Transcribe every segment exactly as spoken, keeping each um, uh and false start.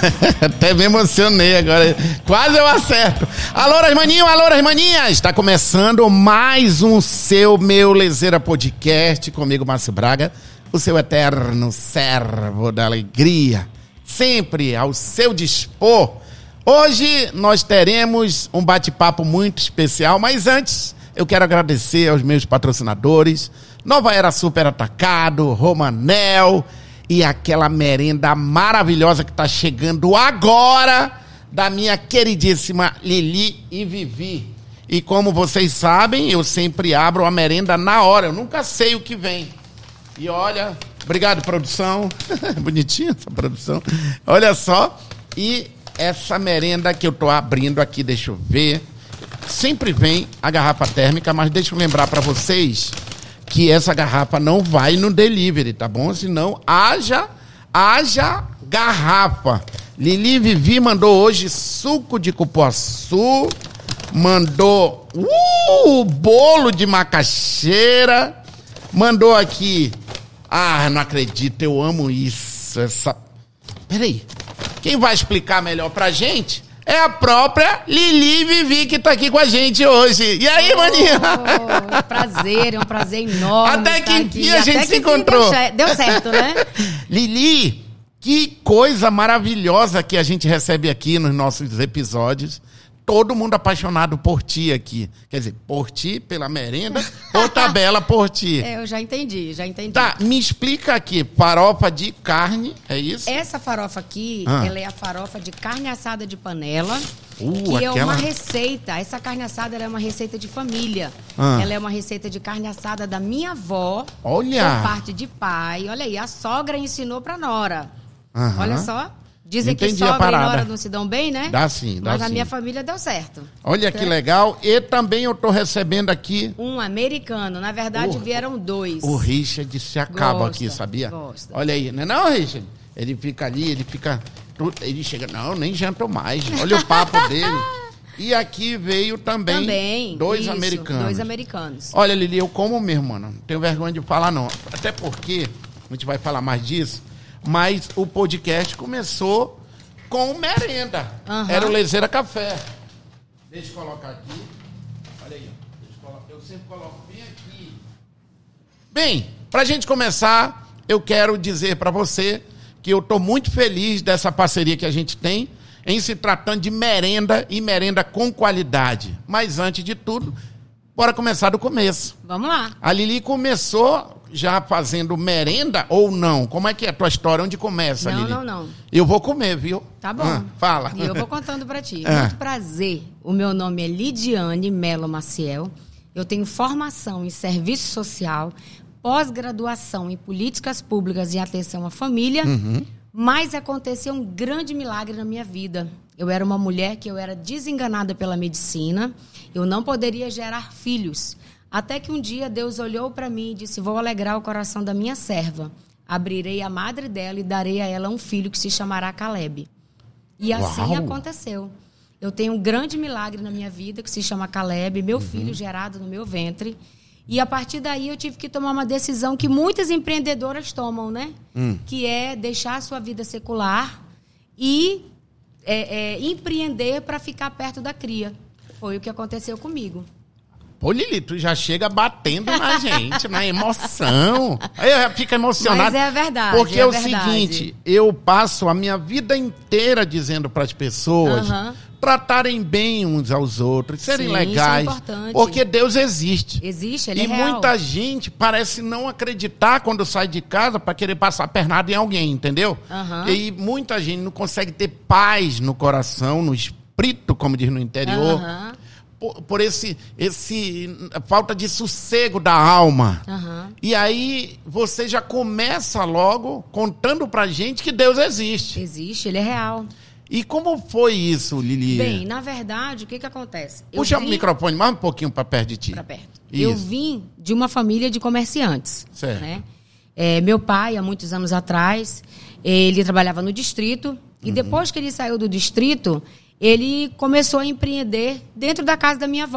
Até me emocionei agora. Quase eu acerto. Alô, Rasmaninho, alô, Rasmaninhas. Está começando mais um seu, meu Lezeira Podcast. Comigo, Márcio Braga, o seu eterno servo da alegria. Sempre ao seu dispor. Hoje nós teremos um bate-papo muito especial, mas antes eu quero agradecer aos meus patrocinadores, Nova Era Super Atacado, Romanel e aquela merenda maravilhosa que está chegando agora da minha queridíssima Lili e Vivi. E como vocês sabem, eu sempre abro a merenda na hora, eu nunca sei o que vem. E olha, obrigado produção, bonitinha essa produção, olha só, e essa merenda que eu tô abrindo aqui, deixa eu ver, sempre vem a garrafa térmica, mas deixa eu lembrar para vocês que essa garrafa não vai no delivery, tá bom? Senão, haja, haja garrafa. Lili Vivi mandou hoje suco de cupuaçu, mandou uh, bolo de macaxeira, mandou aqui, ah, não acredito, eu amo isso, essa... Peraí, quem vai explicar melhor pra gente é a própria Lili Vivi, que tá aqui com a gente hoje. E aí, oh, maninha? É um prazer, é um prazer enorme. Até que enfim a gente Até se encontrou. Deu, deu certo, né? Lili, que coisa maravilhosa que a gente recebe aqui nos nossos episódios. Todo mundo apaixonado por ti aqui. Quer dizer, por ti, pela merenda, ou tabela por ti. É, eu já entendi, já entendi. Tá, me explica aqui, farofa de carne, é isso? Essa farofa aqui, ah. ela é a farofa de carne assada de panela, uh, que aquela... é uma receita. Essa carne assada ela é uma receita de família. Ah. Ela é uma receita de carne assada da minha avó, olha, por parte de pai. Olha aí, a sogra ensinou pra nora. Aham. Olha só. Dizem Entendi que sogra a parada. e nora não se dão bem, né? Dá sim, dá Mas na sim. minha família deu certo. Olha certo? que legal. E também eu tô recebendo aqui... Um americano. Na verdade, o, vieram dois. O Richard se acaba gosta, aqui, sabia? Gosta. Olha aí, não é não, Richard? Ele fica ali, ele fica... Ele chega, não, nem janto mais. Olha o papo dele. E aqui veio também, também dois isso, americanos. Dois americanos. Olha, Lili, eu como mesmo, mano. Não tenho vergonha de falar, não. Até porque, a gente vai falar mais disso, mas o podcast começou... com merenda. Uhum. Era o Lezeira Café. Deixa eu colocar aqui. Olha aí. Deixa eu, colocar. Eu sempre coloco bem aqui. Bem, pra gente começar, eu quero dizer pra você que eu tô muito feliz dessa parceria que a gente tem em se tratando de merenda e merenda com qualidade. Mas antes de tudo, bora começar do começo. Vamos lá. A Lili começou... já fazendo merenda ou não? Como é que é a tua história? Onde começa, não, Lili? Não, não, não. Eu vou comer, viu? Tá bom. Ah, fala. E eu vou contando pra ti. Ah. Muito prazer. O meu nome é Lidiane Melo Maciel. Eu tenho formação em serviço social, pós-graduação em políticas públicas e atenção à família, uhum. Mas aconteceu um grande milagre na minha vida. Eu era uma mulher que eu era desenganada pela medicina. Eu não poderia gerar filhos. Até que um dia Deus olhou para mim e disse, vou alegrar o coração da minha serva. Abrirei a madre dela e darei a ela um filho que se chamará Caleb. E assim Uau. Aconteceu. Eu tenho um grande milagre na minha vida que se chama Caleb, meu uhum. filho gerado no meu ventre. E a partir daí eu tive que tomar uma decisão que muitas empreendedoras tomam, né? Hum. Que é deixar a sua vida secular e é, é, empreender para ficar perto da cria. Foi o que aconteceu comigo. Pô, Lili, tu já chega batendo na gente, na emoção. Aí eu fico emocionado. Mas é a verdade. Porque é, é o verdade. seguinte, eu passo a minha vida inteira dizendo para as pessoas uhum. tratarem bem uns aos outros, serem Sim, legais. Isso é importante. Porque Deus existe. Existe, ele e é real. E muita gente parece não acreditar quando sai de casa para querer passar a pernada em alguém, entendeu? Uhum. E muita gente não consegue ter paz no coração, no espírito, como diz no interior. Uhum. Por, por esse, esse falta de sossego da alma. Uhum. E aí você já começa logo contando pra gente que Deus existe. Existe, ele é real. E como foi isso, Lili? Bem, na verdade, o que que acontece? Puxa vim... o microfone mais um pouquinho pra perto de ti. Pra perto. Isso. Eu vim de uma família de comerciantes. Certo. Né? É, meu pai, há muitos anos atrás, ele trabalhava no distrito. E uhum. depois que ele saiu do distrito, ele começou a empreender dentro da casa da minha avó.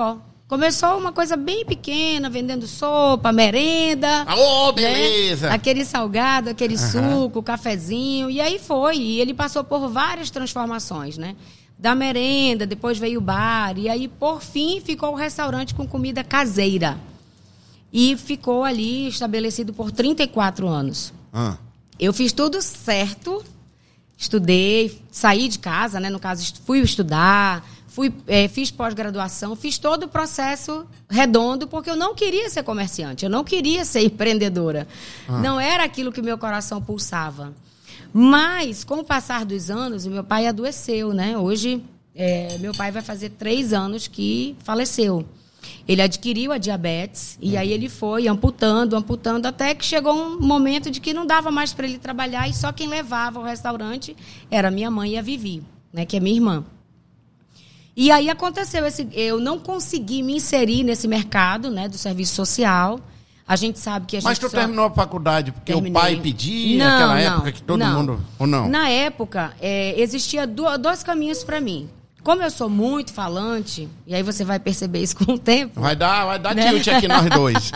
Começou uma coisa bem pequena, vendendo sopa, merenda. Ô, oh, beleza! Né? Aquele salgado, aquele uhum. suco, cafezinho. E aí foi. E ele passou por várias transformações, né? Da merenda, depois veio o bar. E aí, por fim, ficou o restaurante com comida caseira. E ficou ali estabelecido por trinta e quatro anos. Ah. Eu fiz tudo certo. Estudei, saí de casa, né? No caso, fui estudar... Fui, é, fiz pós-graduação, fiz todo o processo redondo, porque eu não queria ser comerciante, eu não queria ser empreendedora. Ah. Não era aquilo que meu coração pulsava. Mas, com o passar dos anos, o meu pai adoeceu, né? Hoje, é, meu pai vai fazer três anos que faleceu. Ele adquiriu a diabetes, e aí ele foi amputando, amputando, até que chegou um momento de que não dava mais para ele trabalhar, e só quem levava ao restaurante era minha mãe e a Vivi, né? Que é minha irmã. E aí aconteceu, esse, eu não consegui me inserir nesse mercado, né, do serviço social. A gente sabe que a gente Mas tu só... terminou a faculdade porque Terminei. O pai pedia, não, naquela não, época que todo não. mundo... Ou não? Na época, é, existia do, dois caminhos para mim. Como eu sou muito falante, e aí você vai perceber isso com o tempo... Vai dar, vai dar né? tilt aqui nós dois.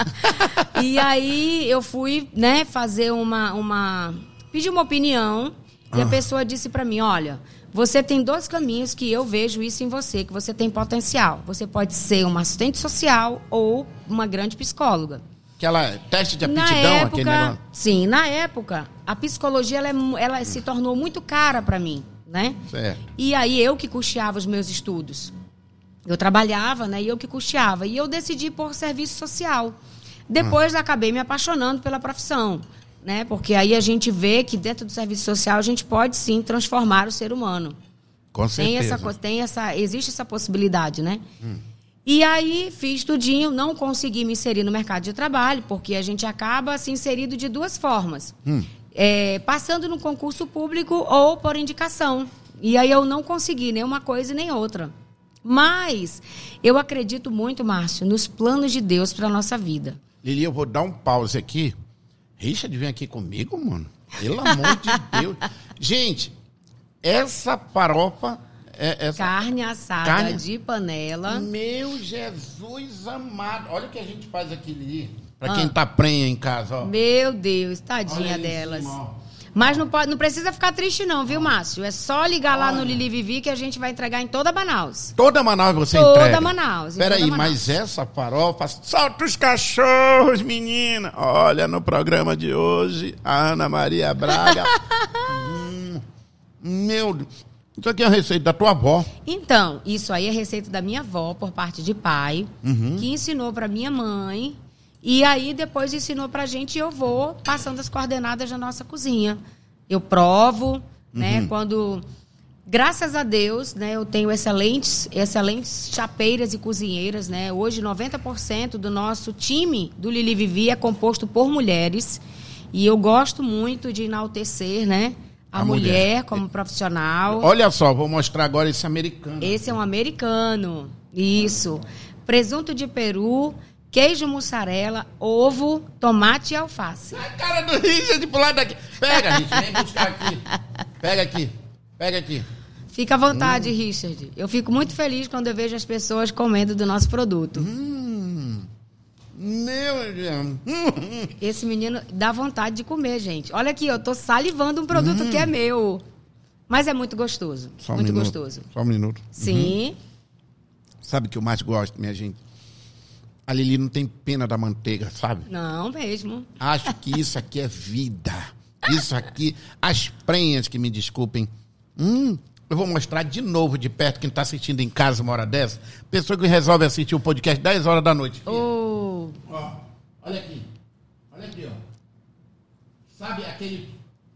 E aí eu fui, né, fazer uma... uma pedir uma opinião, e ah. a pessoa disse para mim, olha... Você tem dois caminhos que eu vejo isso em você, que você tem potencial. Você pode ser uma assistente social ou uma grande psicóloga. Aquela teste de aptidão, na época, aquele negócio. Sim, na época, a psicologia ela, é, ela se tornou muito cara para mim, né? Certo. E aí eu que custeava os meus estudos. Eu trabalhava, né? E eu que custeava. E eu decidi por serviço social. Depois hum. acabei me apaixonando pela profissão. Né? Porque aí a gente vê que dentro do serviço social a gente pode sim transformar o ser humano. Com certeza. Tem essa, tem essa, existe essa possibilidade, né? Hum. E aí fiz tudinho, não consegui me inserir no mercado de trabalho, porque a gente acaba se inserido de duas formas. Hum. É, passando no concurso público ou por indicação. E aí eu não consegui nem uma coisa e nem outra. Mas eu acredito muito, Márcio, nos planos de Deus para a nossa vida. Lili, eu vou dar um pause aqui. Richard, vem aqui comigo, mano. Pelo amor de Deus. Gente, essa farofa... É essa... Carne assada Carne... de panela. Meu Jesus amado. Olha o que a gente faz aqui, Lili. Pra ah. quem tá prenha em casa, ó. Meu Deus, tadinha delas. Cima, Mas não, pode, não precisa ficar triste não, viu, Márcio? É só ligar lá Olha. no Lili Vivi que a gente vai entregar em toda Manaus. Toda Manaus você toda entrega? Toda Manaus. Peraí, mas essa farofa... Solta os cachorros, menina! Olha, no programa de hoje, a Ana Maria Braga... hum, meu Deus... Isso aqui é a receita da tua avó. Então, isso aí é receita da minha avó, por parte de pai, uhum. que ensinou pra minha mãe... E aí, depois ensinou pra gente e eu vou passando as coordenadas da nossa cozinha. Eu provo, uhum. né? Quando, graças a Deus, né? Eu tenho excelentes, excelentes chapeiras e cozinheiras, né? Hoje, noventa por cento do nosso time do Lili Vivi é composto por mulheres. E eu gosto muito de enaltecer, né? A, a mulher, mulher como profissional. Olha só, vou mostrar agora esse americano. Esse é um americano. Isso. Presunto de peru... Queijo mussarela, ovo, tomate e alface. A cara do Richard pro lado daqui. Pega, Richard, vem buscar aqui. Pega aqui, pega aqui. Fica à vontade, hum. Richard. Eu fico muito feliz quando eu vejo as pessoas comendo do nosso produto. Hum. Meu Deus. Hum. Esse menino dá vontade de comer, gente. Olha aqui, eu tô salivando um produto hum. que é meu. Mas é muito gostoso. Só um muito minuto. gostoso. Só um minuto. Sim. Uhum. Sabe o que eu mais gosto, minha gente? A Lili não tem pena da manteiga, sabe? Não, mesmo. Acho que isso aqui é vida. Isso aqui, as prenhas, que me desculpem. Hum, eu vou mostrar de novo de perto, quem está assistindo em casa uma hora dessa. Pessoa que resolve assistir o podcast dez horas da noite. Oh. Ó, olha aqui. Olha aqui, ó. Sabe aquele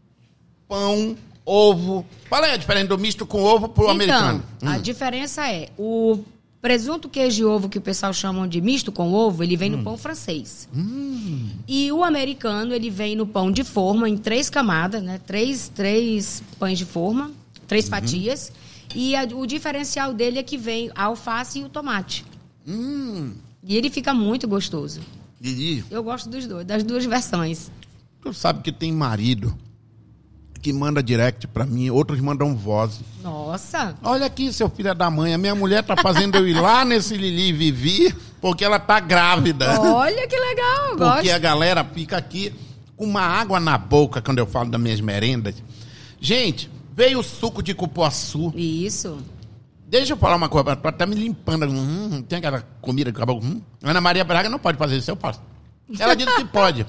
pão, ovo... Fala aí a diferença do misto com ovo pro então, americano. Hum. A diferença é... o presunto, queijo e ovo, que o pessoal chama de misto com ovo, ele vem hum. no pão francês. Hum. E o americano, ele vem no pão de forma, em três camadas, né? Três, três pães de forma, três uhum. fatias. E a, o diferencial dele é que vem a alface e o tomate. Hum. E ele fica muito gostoso. Lili, eu gosto dos dois, das duas versões. Tu sabe que tem marido que manda direct pra mim, outros mandam voz. Nossa! Olha aqui, seu filho da mãe, a minha mulher tá fazendo eu ir lá nesse Lili Vivi porque ela tá grávida. Olha que legal, eu Porque gosto. a galera fica aqui com uma água na boca quando eu falo das minhas merendas. Gente, veio o suco de cupuaçu. Isso. Deixa eu falar uma coisa, tu tá me limpando. Hum, tem aquela comida que acabou. Hum. Ana Maria Braga não pode fazer isso, eu posso. Ela disse que pode.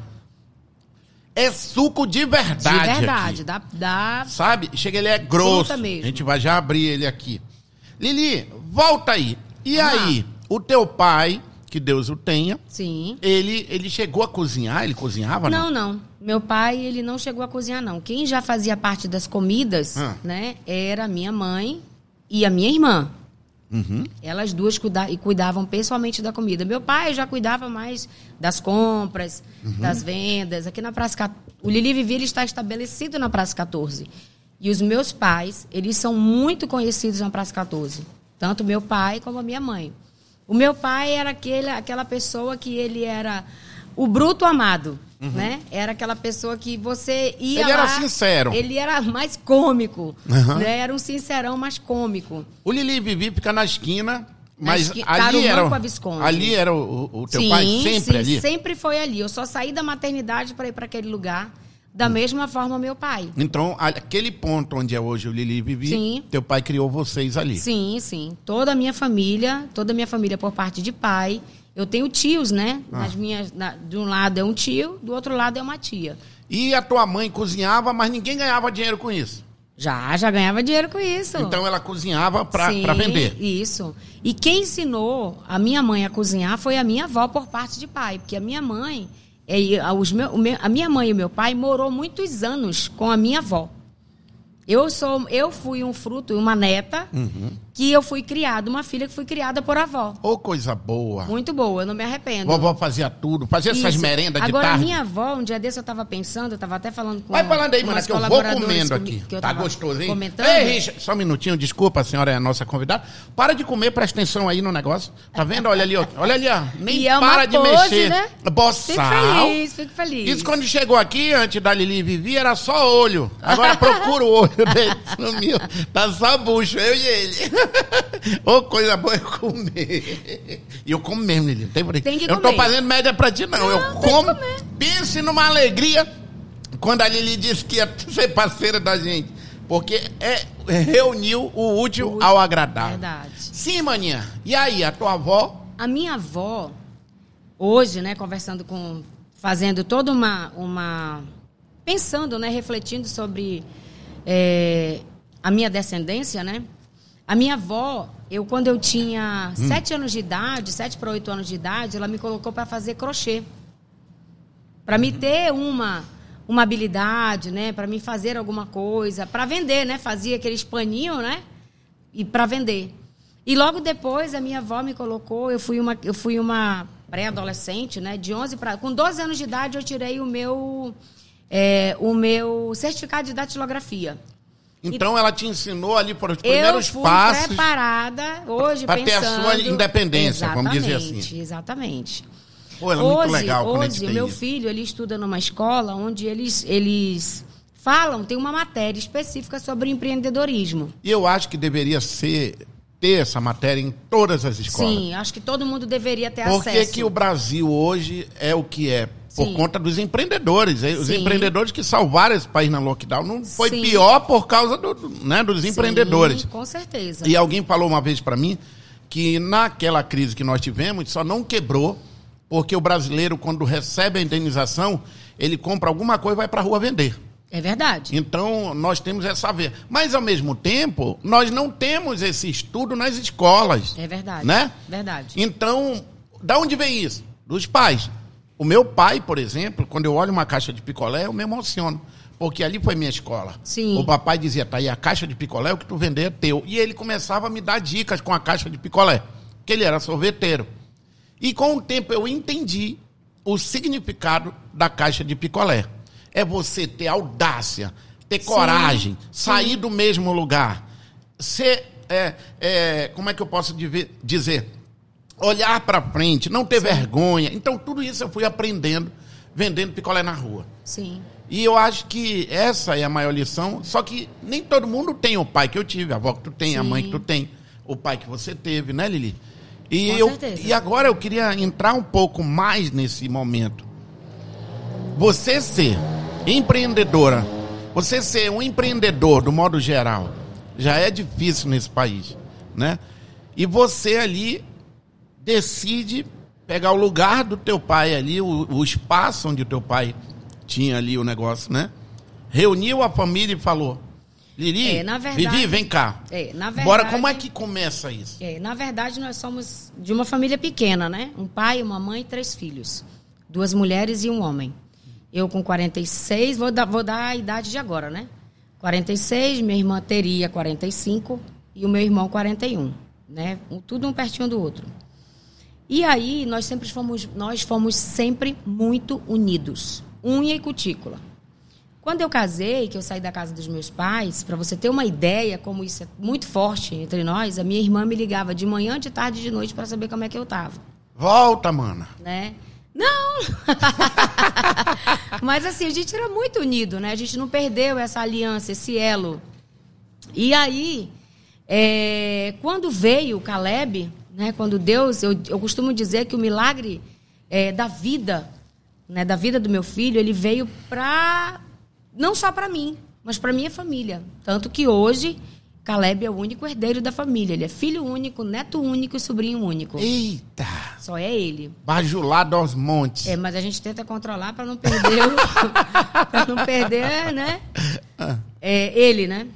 É suco de verdade. De verdade, aqui. dá, dá. Sabe? Chega, ele é grosso. Fruta mesmo. A gente vai já abrir ele aqui. Lili, volta aí. E ah. aí, o teu pai, que Deus o tenha, Sim. ele, ele chegou a cozinhar? Ele cozinhava? Não, não. Meu pai, ele não chegou a cozinhar, não. Quem já fazia parte das comidas, ah. né, era a minha mãe e a minha irmã. Uhum. Elas duas cuida- e cuidavam pessoalmente da comida. Meu pai já cuidava mais das compras, uhum. das vendas. Aqui na Praça quatorze, o Lili Vivi ele está estabelecido na Praça quatorze. E os meus pais, eles são muito conhecidos na Praça quatorze. Tanto meu pai como a minha mãe. O meu pai era aquele, aquela pessoa que ele era o bruto amado. Uhum. Né? Era aquela pessoa que você ia Ele lá, era sincero. Ele era mais cômico. Uhum. Né? Era um sincerão mais cômico. O Lili Vivi fica na esquina, mas esqui... ali era, com a Visconde. ali era o, o teu sim, pai sempre sim, ali? Sempre foi ali. Eu só saí da maternidade para ir para aquele lugar, da hum. mesma forma meu pai. Então, aquele ponto onde é hoje o Lili Vivi, sim. teu pai criou vocês ali? Sim, sim. Toda a minha família, toda a minha família por parte de pai. Eu tenho tios, né? Ah. Nas minhas, na, de um lado é um tio, do outro lado é uma tia. E a tua mãe cozinhava, mas ninguém ganhava dinheiro com isso? Já, já ganhava dinheiro com isso. Então ela cozinhava para vender? Isso. E quem ensinou a minha mãe a cozinhar foi a minha avó por parte de pai. Porque a minha mãe, os meu, a minha mãe e o meu pai morou muitos anos com a minha avó. Eu, sou, eu fui um fruto, uma neta, uhum. que eu fui criada, uma filha que fui criada por avó. Ô, oh, coisa boa. Muito boa, eu não me arrependo. Vovó fazia tudo, fazia Isso. essas merendas de Agora, tarde. Agora, a minha avó, um dia desse eu estava pensando, eu estava até falando com Vai falando aí, mano, que eu vou comendo aqui. Que eu tá gostoso, hein? Comentando. Ei, Richard, só um minutinho, desculpa, a senhora é a nossa convidada. Para de comer, presta atenção aí no negócio. Tá vendo? Olha ali, ó. Olha ali, ó. Nem e é para de pose, mexer. Né? Boçal. Fico feliz, fico feliz. Isso quando chegou aqui, antes da Lili Vivi, era só olho. Agora procura o olho dele. Sumiu. Tá só bucho, eu e ele. Ô, oh, coisa boa é comer. E eu como mesmo, Lili. Tem por aí. Tem que eu comer. Não tô fazendo média pra ti, não. não eu como. Pense numa alegria quando a Lili disse que ia ser parceira da gente. Porque é, reuniu o útil, o útil ao agradável. Verdade. Sim, maninha. E aí, a tua avó? A minha avó, hoje, né, conversando com... Fazendo toda uma... uma pensando, né, refletindo sobre... É, a minha descendência, né? A minha avó, eu quando eu tinha hum. sete anos de idade, sete para oito anos de idade, ela me colocou para fazer crochê. Para me ter uma, uma habilidade, né? Para me fazer alguma coisa, para vender, né? Fazia aqueles paninhos, né? E para vender. E logo depois a minha avó me colocou, eu fui uma, eu fui uma pré-adolescente, né? De onze para... Com doze anos de idade eu tirei o meu, é, o meu certificado de datilografia. Então, ela te ensinou ali por os primeiros eu fui passos... preparada, hoje, pra pensando... Para ter a sua independência, exatamente, vamos dizer assim. Exatamente. Pô, ela é hoje, muito legal quando hoje, o meu isso. filho, ele estuda numa escola onde eles, eles falam, tem uma matéria específica sobre empreendedorismo. E eu acho que deveria ser... ter essa matéria em todas as escolas. Sim, acho que todo mundo deveria ter Por acesso. Por que o Brasil hoje é o que é? Por Sim. conta dos empreendedores. Os Sim. empreendedores que salvaram esse país na lockdown. Não foi Sim. pior por causa do, né, dos Sim, empreendedores. Com certeza. E alguém falou uma vez para mim que naquela crise que nós tivemos, só não quebrou porque o brasileiro, quando recebe a indenização, ele compra alguma coisa e vai para a rua vender. É verdade. Então, nós temos essa ver. Mas, ao mesmo tempo, nós não temos esse estudo nas escolas. É verdade. Né? Verdade. Então, da onde vem isso? Dos pais. O meu pai, por exemplo, quando eu olho uma caixa de picolé, eu me emociono. Porque ali foi minha escola. Sim. O papai dizia, tá aí, a caixa de picolé, o que tu vender é teu. E ele começava a me dar dicas com a caixa de picolé. Porque ele era sorveteiro. E com o tempo eu entendi o significado da caixa de picolé. É você ter audácia, ter Sim. coragem, sair Sim. do mesmo lugar. Ser, é, é, como é que eu posso dizer? Olhar para frente, não ter Sim. vergonha. Então, tudo isso eu fui aprendendo, vendendo picolé na rua. Sim. E eu acho que essa é a maior lição, só que nem todo mundo tem o pai que eu tive, a avó que tu tem, Sim. a mãe que tu tem, o pai que você teve, né, Lili? E, Com eu, certeza. e agora eu queria entrar um pouco mais nesse momento. Você ser empreendedora, você ser um empreendedor, do modo geral, já é difícil nesse país, né? E você ali decide pegar o lugar do teu pai ali, o, o espaço onde o teu pai tinha ali o negócio, né? Reuniu a família e falou: Lili, É, na verdade- Vivi, vem cá. É, na verdade, Bora, como é que começa isso? É, na verdade, nós somos de uma família pequena, né? Um pai, uma mãe e três filhos. Duas mulheres e um homem. Eu com quarenta e seis, vou dar, vou dar a idade de agora, né? quarenta e seis, minha irmã teria quarenta e cinco e o meu irmão quarenta e um, né? Um- Tudo um pertinho do outro. E aí, nós sempre fomos, nós fomos sempre muito unidos. Unha e cutícula. Quando eu casei, que eu saí da casa dos meus pais, para você ter uma ideia como isso é muito forte entre nós, a minha irmã me ligava de manhã, de tarde e de noite para saber como é que eu tava, Volta, mana. né? Não! Mas assim, a gente era muito unido, né? A gente não perdeu essa aliança, esse elo. E aí, é, quando veio o Caleb, né? Quando Deus, eu, eu costumo dizer que o milagre é, da vida, né? Da vida do meu filho, ele veio para não só para mim, mas para minha família. Tanto que hoje Caleb é o único herdeiro da família. Ele é filho único, neto único e sobrinho único. Eita! Só é ele. Bajulado aos montes. É, mas a gente tenta controlar para não perder o... para não perder, né? É, ele, né?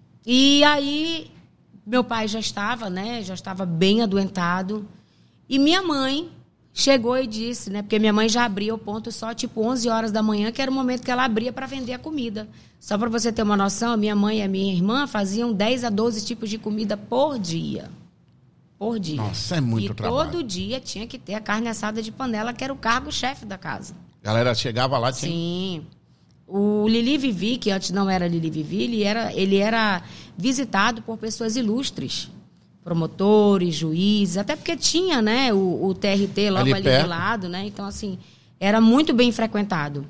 E aí, meu pai já estava, né? Já estava bem adoentado. E minha mãe chegou e disse, né? Porque minha mãe já abria o ponto só tipo onze horas da manhã, que era o momento que ela abria para vender a comida. Só para você ter uma noção, a minha mãe e a minha irmã faziam dez a doze tipos de comida por dia. Por dia. Nossa, é muito e trabalho. todo dia tinha que ter a carne assada de panela, que era o cargo-chefe da casa. A galera chegava lá, tinha... Sim. O Lili Vivi, que antes não era Lili Vivi, ele era, ele era visitado por pessoas ilustres. Promotores, juízes, até porque tinha, né, o, o T R T logo Ali ali, perto. do lado, né? Então, assim, era muito bem frequentado.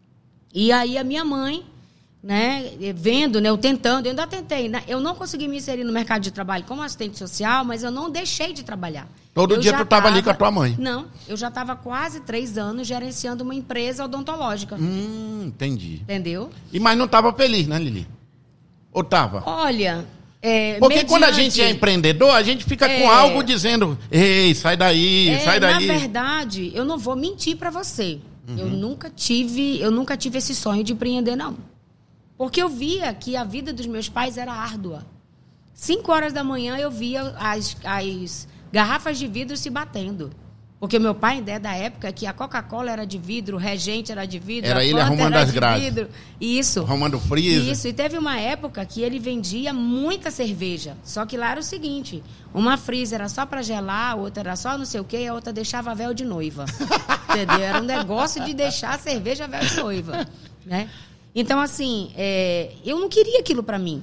E aí a minha mãe, né, vendo, né, eu tentando, eu ainda tentei, né? Eu não consegui me inserir no mercado de trabalho como assistente social, mas eu não deixei de trabalhar. Todo Eu dia já tu tava ali com a tua mãe. Não, eu já estava quase três anos gerenciando uma empresa odontológica. Hum, entendi. Entendeu? E mas não tava feliz, né, Lili? Ou tava? Olha, é, Porque mediante- quando a gente é empreendedor, a gente fica É. com algo dizendo: ei, sai daí, É, sai daí. Na verdade, eu não vou mentir para você. Uhum. Eu nunca tive, eu nunca tive esse sonho de empreender, não. Porque eu via que a vida dos meus pais era árdua. Cinco horas da manhã eu via as, as garrafas de vidro se batendo. Porque meu pai ainda é da época que a Coca-Cola era de vidro, o Regente era de vidro, Era a ele Fanta arrumando era as de grades. vidro. Isso. Arrumando freezer. Isso, e teve uma época que ele vendia muita cerveja. Só que lá era o seguinte, uma freezer era só para gelar, a outra era só não sei o quê, e a outra deixava véu de noiva. Entendeu? Era um negócio de deixar a cerveja véu de noiva, né? Então, assim, é, eu não queria aquilo para mim.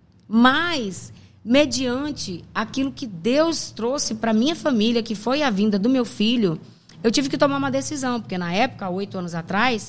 Mas, mediante aquilo que Deus trouxe para minha família, que foi a vinda do meu filho, eu tive que tomar uma decisão. Porque, na época, oito anos atrás,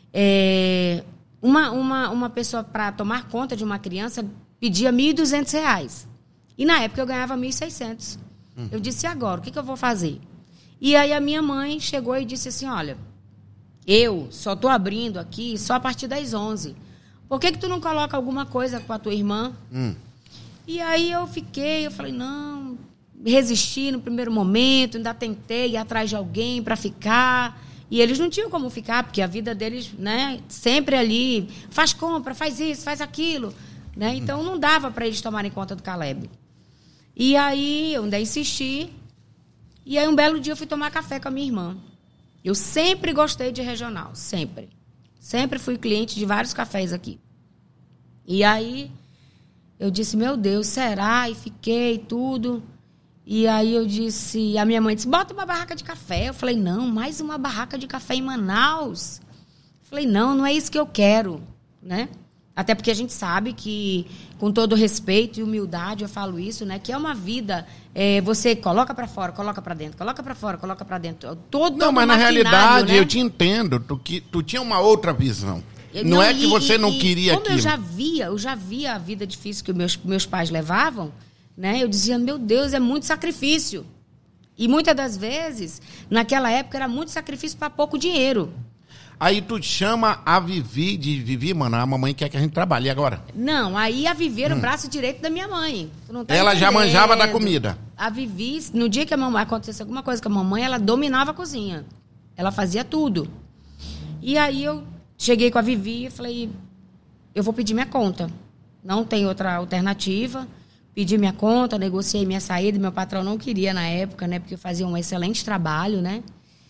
é, uma, uma, uma pessoa, para tomar conta de uma criança, pedia mil e duzentos reais. E, na época, eu ganhava mil e seiscentos. Hum. Eu disse, e agora? O que, que eu vou fazer? E aí, a minha mãe chegou e disse assim, olha... Eu só estou abrindo aqui só a partir das onze. Por que que tu não coloca alguma coisa com a tua irmã? Hum. E aí eu fiquei, eu falei, não, resisti no primeiro momento, ainda tentei ir atrás de alguém para ficar. E eles não tinham como ficar, porque a vida deles, né, sempre ali, faz compra, faz isso, faz aquilo. Né? Então não dava para eles tomarem conta do Caleb. E aí eu ainda insisti. E aí um belo dia eu fui tomar café com a minha irmã. Eu sempre gostei de regional, sempre. Sempre fui cliente de vários cafés aqui. E aí, eu disse, meu Deus, será? E fiquei, tudo. E aí eu disse, a minha mãe disse, bota uma barraca de café. Eu falei, não, mais uma barraca de café em Manaus. Eu falei, não, não é isso que eu quero, né? Até porque a gente sabe que, com todo respeito e humildade, eu falo isso, né? Que é uma vida, é, você coloca para fora, coloca para dentro, coloca para fora, coloca para dentro. Todo Não, mas na maquinário, realidade, né? eu te entendo. Tu, que, tu tinha uma outra visão. Eu- não, é que e- você e- não e queria como aquilo. eu já via, eu já via a vida difícil que meus, meus pais levavam, né? Eu dizia, meu Deus, é muito sacrifício. E muitas das vezes, naquela época, era muito sacrifício para pouco dinheiro. Aí tu chama a Vivi de Vivi, mano, a mamãe quer que a gente trabalhe agora. Não, aí a Vivi era hum. o braço direito da minha mãe. Tu não tá ela entendendo. Já manjava da comida. A Vivi, no dia que a mamãe acontecesse alguma coisa com a mamãe, ela dominava a cozinha. Ela fazia tudo. E aí eu cheguei com a Vivi e falei, eu vou pedir minha conta. Não tem outra alternativa. Pedi minha conta, negociei minha saída. Meu patrão não queria na época, né? Porque eu fazia um excelente trabalho, né?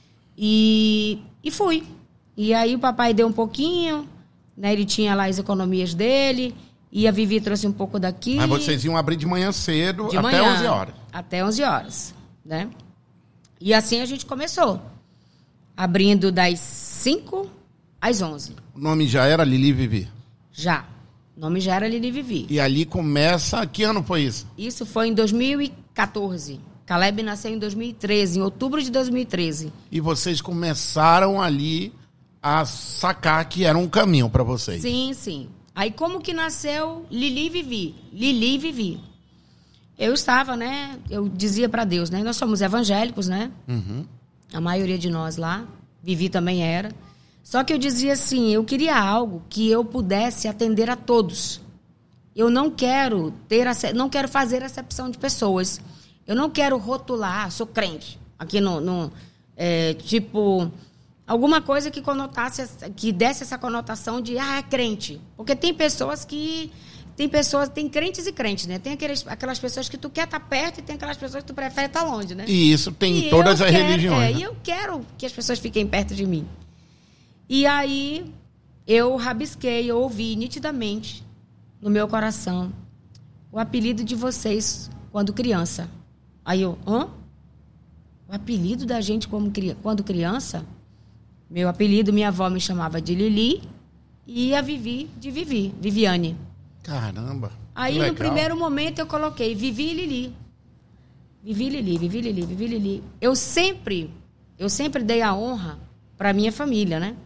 E, e fui. E aí o papai deu um pouquinho, né? Ele tinha lá as economias dele. E a Vivi trouxe um pouco daqui. Mas vocês iam abrir de manhã cedo, de até manhã, onze horas. Até onze horas, né? E assim a gente começou. Abrindo das cinco às onze. O nome já era Lili Vivi? Já. O nome já era Lili Vivi. E ali começa... Que ano foi isso? Isso foi em dois mil e quatorze. Caleb nasceu em dois mil e treze, em outubro de dois mil e treze. E vocês começaram ali a sacar que era um caminho para vocês. Sim, sim. Aí como que nasceu Lili Vivi? Lili Vivi. Eu estava, né? Eu dizia para Deus, né? Nós somos evangélicos, né? Uhum. A maioria de nós lá. Vivi também era. Só que eu dizia assim, eu queria algo que eu pudesse atender a todos. Eu não quero ter, não quero fazer acepção de pessoas. Eu não quero rotular, sou crente. Aqui no, no é, tipo, alguma coisa que conotasse, que desse essa conotação de, ah, é crente. Porque tem pessoas que, tem pessoas, tem crentes e crentes, né? Tem aqueles, aquelas pessoas que tu quer estar perto e tem aquelas pessoas que tu prefere estar longe, né? E isso tem em todas as quero, religiões. É, né? E eu quero que as pessoas fiquem perto de mim. E aí, eu rabisquei, eu ouvi nitidamente no meu coração o apelido de vocês quando criança. Aí eu, hã? O apelido da gente como, quando criança? Meu apelido, minha avó me chamava de Lili e a Vivi de Vivi, Viviane. Caramba. Aí, no primeiro momento, eu coloquei Vivi e Lili. Vivi Lili, Vivi Lili, Vivi Lili. Eu sempre, eu sempre dei a honra para minha família, né?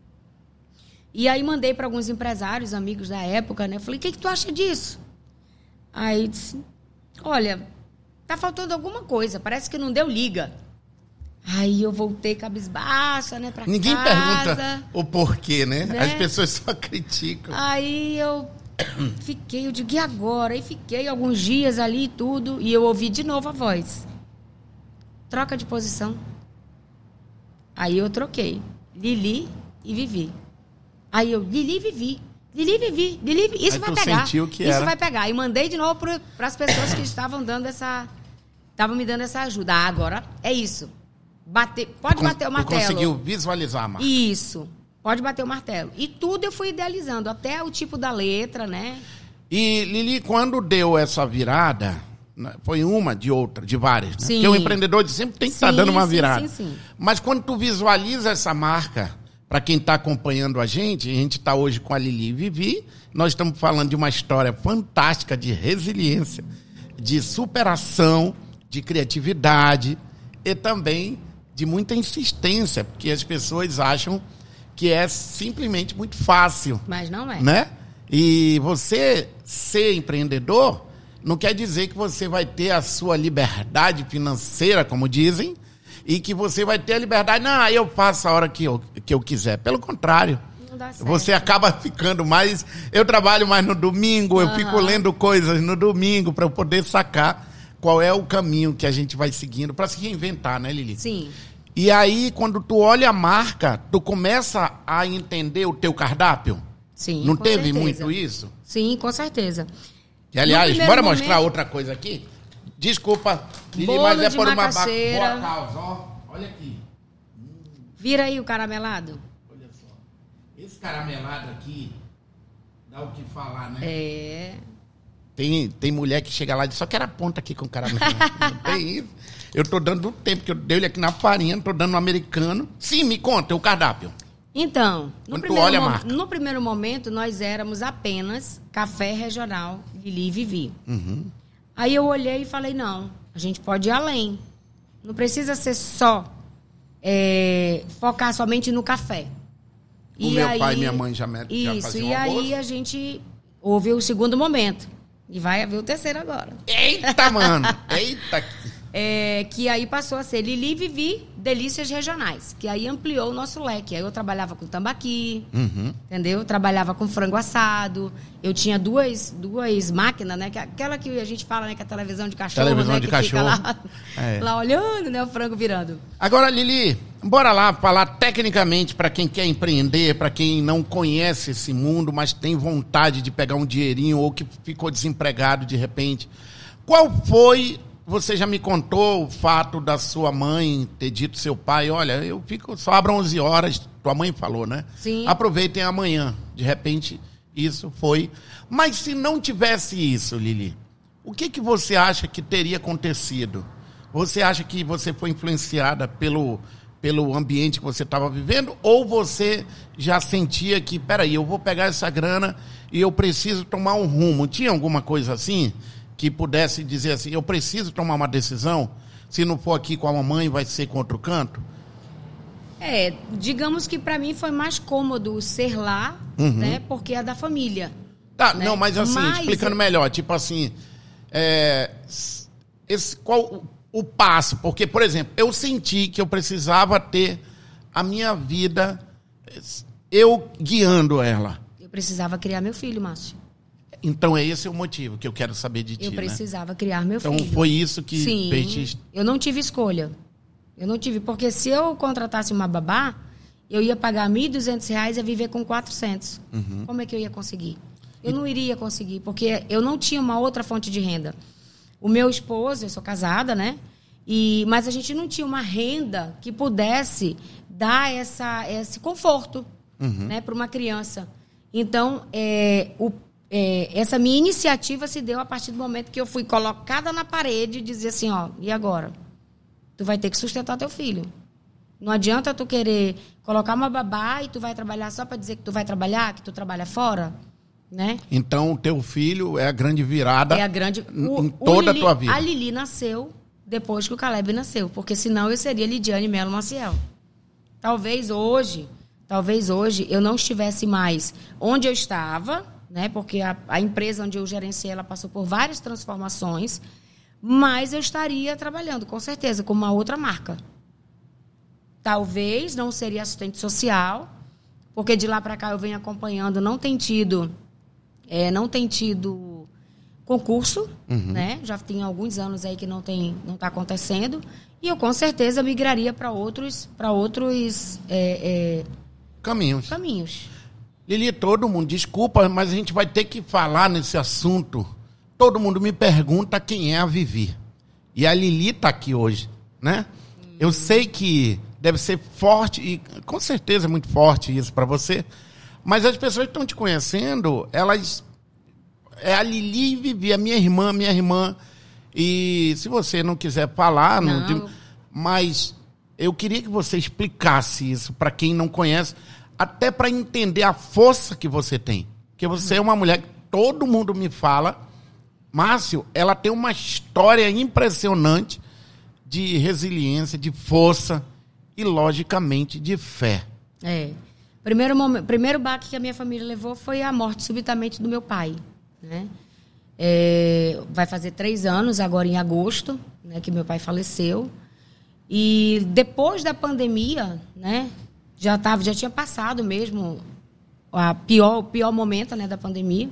E aí mandei para alguns empresários, amigos da época, né? Falei, o que, que tu acha disso? Aí disse, olha, tá faltando alguma coisa, parece que não deu liga. Aí eu voltei cabisbaixa, né, pra Ninguém casa. Ninguém pergunta o porquê, né? né? As pessoas só criticam. Aí eu fiquei, eu digo, e agora? Aí fiquei alguns dias ali e tudo, e eu ouvi de novo a voz. Troca de posição. Aí eu troquei. Lili e Vivi. Aí eu, Lili Vivi, Lili Vivi, Lili Vivi. Isso Aí vai tu pegar. sentiu que Isso era. vai pegar. E mandei de novo para as pessoas que estavam dando essa. Estavam me dando essa ajuda. Ah, agora é isso. Bater, pode tu bater o martelo. Tu conseguiu visualizar, Marcos? Isso. Pode bater o martelo. E tudo eu fui idealizando, até o tipo da letra, né? E, Lili, quando deu essa virada, foi uma de outra, de várias, né? Sim. Porque o empreendedor sempre tem que estar tá dando uma sim, virada. Sim, sim. Mas quando tu visualiza essa marca, para quem está acompanhando a gente, a gente está hoje com a Lili e Vivi, nós estamos falando de uma história fantástica de resiliência, de superação, de criatividade e também de muita insistência, porque as pessoas acham que é simplesmente muito fácil. Mas não é. Né? E você ser empreendedor não quer dizer que você vai ter a sua liberdade financeira, como dizem, e que você vai ter a liberdade, não, eu faço a hora que eu, que eu quiser. Pelo contrário, Não dá certo. você acaba ficando mais... Eu trabalho mais no domingo, eu Uhum. fico lendo coisas no domingo para eu poder sacar qual é o caminho que a gente vai seguindo para se reinventar, né, Lili? Sim. E aí, quando tu olha a marca, tu começa a entender o teu cardápio? Sim, Não com teve certeza. muito isso? Sim, com certeza. E, aliás, primeiro bora momento- mostrar outra coisa aqui? Desculpa, Lili, Bolo mas é de por uma ba- macaxeira. boa causa, ó. Olha aqui. Vira aí o caramelado. Olha só. Esse caramelado aqui dá o que falar, né? É. Tem, tem mulher que chega lá e diz, só quero a ponta aqui com caramelo. Não tem isso. Eu tô dando o tempo que eu dei ele aqui na farinha, tô dando no americano. Sim, me conta, o cardápio. Então, no Quando tu primeiro, olha a mo- marca. no primeiro momento, nós éramos apenas Café Regional Lili e Vivi. Uhum. Aí eu olhei e falei, não, a gente pode ir além. Não precisa ser só, é, focar somente no café. O meu pai e minha mãe já me- já Isso, faziam e almoço. aí a gente houve o segundo momento. E vai haver o terceiro agora. Eita, mano! Eita! É, que aí passou a ser Lili Vivi Delícias Regionais, que aí ampliou o nosso leque. Aí eu trabalhava com tambaqui, uhum. entendeu? Eu trabalhava com frango assado. Eu tinha duas, duas máquinas, né? Que, aquela que a gente fala, né? Que é a televisão de cachorro, televisão né? de que cachorro. Fica lá, é. lá olhando, né? O frango virando. Agora, Lili, bora lá falar tecnicamente para quem quer empreender, para quem não conhece esse mundo, mas tem vontade de pegar um dinheirinho ou que ficou desempregado de repente. Qual foi... Você já me contou o fato da sua mãe ter dito ao seu pai, olha, eu fico, só abro onze horas, tua mãe falou, né? Sim. Aproveitem amanhã. De repente, isso foi. Mas se não tivesse isso, Lili, o que, que você acha que teria acontecido? Você acha que você foi influenciada pelo, pelo ambiente que você estava vivendo? Ou você já sentia que, peraí, eu vou pegar essa grana e eu preciso tomar um rumo? Tinha alguma coisa assim? Que pudesse dizer assim, eu preciso tomar uma decisão, se não for aqui com a mamãe, vai ser com outro canto? É, digamos que para mim foi mais cômodo ser lá, uhum. né, porque é da família. Tá, né? não, mas assim, mas... explicando melhor, tipo assim, é, esse, qual o, o passo? Porque, por exemplo, eu senti que eu precisava ter a minha vida, eu guiando ela. Eu precisava criar meu filho, Márcio. Então, esse é o motivo que eu quero saber de ti, Eu precisava né? criar meu então, filho. Então, foi isso que Sim, fez... eu não tive escolha. Eu não tive, porque se eu contratasse uma babá, eu ia pagar mil e duzentos reais e ia viver com quatrocentos. Uhum. Como é que eu ia conseguir? Eu e... não iria conseguir, porque eu não tinha uma outra fonte de renda. O meu esposo, eu sou casada, né? E, mas a gente não tinha uma renda que pudesse dar essa, esse conforto, uhum. né, para uma criança. Então, é, o É, essa minha iniciativa se deu a partir do momento que eu fui colocada na parede e dizer assim, ó, e agora? Tu vai ter que sustentar teu filho. Não adianta tu querer colocar uma babá e tu vai trabalhar só para dizer que tu vai trabalhar, que tu trabalha fora, né? Então, o teu filho é a grande virada é a grande, o, em toda Lili, a tua vida. A Lili nasceu depois que o Caleb nasceu, porque senão eu seria Lidiane Melo Maciel. Talvez hoje, talvez hoje eu não estivesse mais onde eu estava, né? Porque a, a empresa onde eu gerenciei, ela passou por várias transformações, mas eu estaria trabalhando, com certeza, com uma outra marca. Talvez não seria assistente social, porque de lá para cá eu venho acompanhando, não tem tido, é, não tem tido concurso, uhum. né? Já tem alguns anos aí que não tem, não está acontecendo, e eu com certeza migraria para outros, para outros é, é, caminhos. caminhos. Lili, todo mundo, desculpa, mas a gente vai ter que falar nesse assunto. Todo mundo me pergunta quem é a Vivi. E a Lili está aqui hoje, né? Hum. Eu sei que deve ser forte, e com certeza é muito forte isso para você, mas as pessoas que estão te conhecendo, elas... É a Lili Vivi, a minha irmã, minha irmã. E se você não quiser falar, não. Não, mas eu queria que você explicasse isso para quem não conhece, até para entender a força que você tem. Porque você é uma mulher que todo mundo me fala, Márcio, ela tem uma história impressionante de resiliência, de força e, logicamente, de fé. É. Primeiro, momento, primeiro baque que a minha família levou foi a morte subitamente do meu pai, né? É, vai fazer três anos, agora em agosto, né, que meu pai faleceu. E depois da pandemia, né, já, tava, já tinha passado mesmo a pior, o pior momento, né, da pandemia,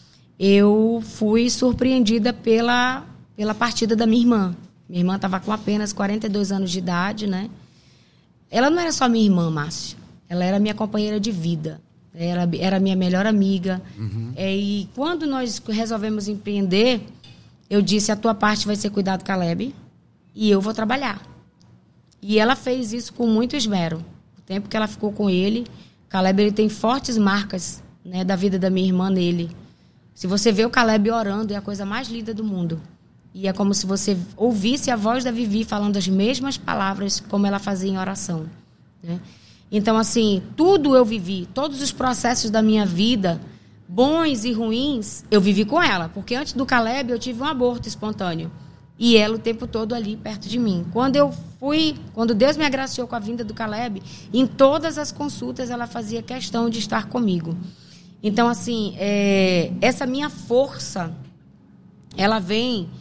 eu fui surpreendida pela, pela partida da minha irmã. Minha irmã estava com apenas quarenta e dois anos de idade, né? Ela não era só minha irmã, Márcio. Ela era minha companheira de vida. Era, era minha melhor amiga. Uhum. É, e quando nós resolvemos empreender, eu disse, a tua parte vai ser cuidar do Caleb e eu vou trabalhar. E ela fez isso com muito esmero. O tempo que ela ficou com ele, Caleb ele tem fortes marcas, né, da vida da minha irmã nele. Se você vê o Caleb orando, é a coisa mais linda do mundo. E é como se você ouvisse a voz da Vivi falando as mesmas palavras como ela fazia em oração, né? Então, assim, tudo eu vivi, todos os processos da minha vida, bons e ruins, eu vivi com ela. Porque antes do Caleb, eu tive um aborto espontâneo. E ela o tempo todo ali, perto de mim. Quando eu fui, quando Deus me agraciou com a vinda do Caleb, em todas as consultas ela fazia questão de estar comigo. Então, assim, é, essa minha força, ela vem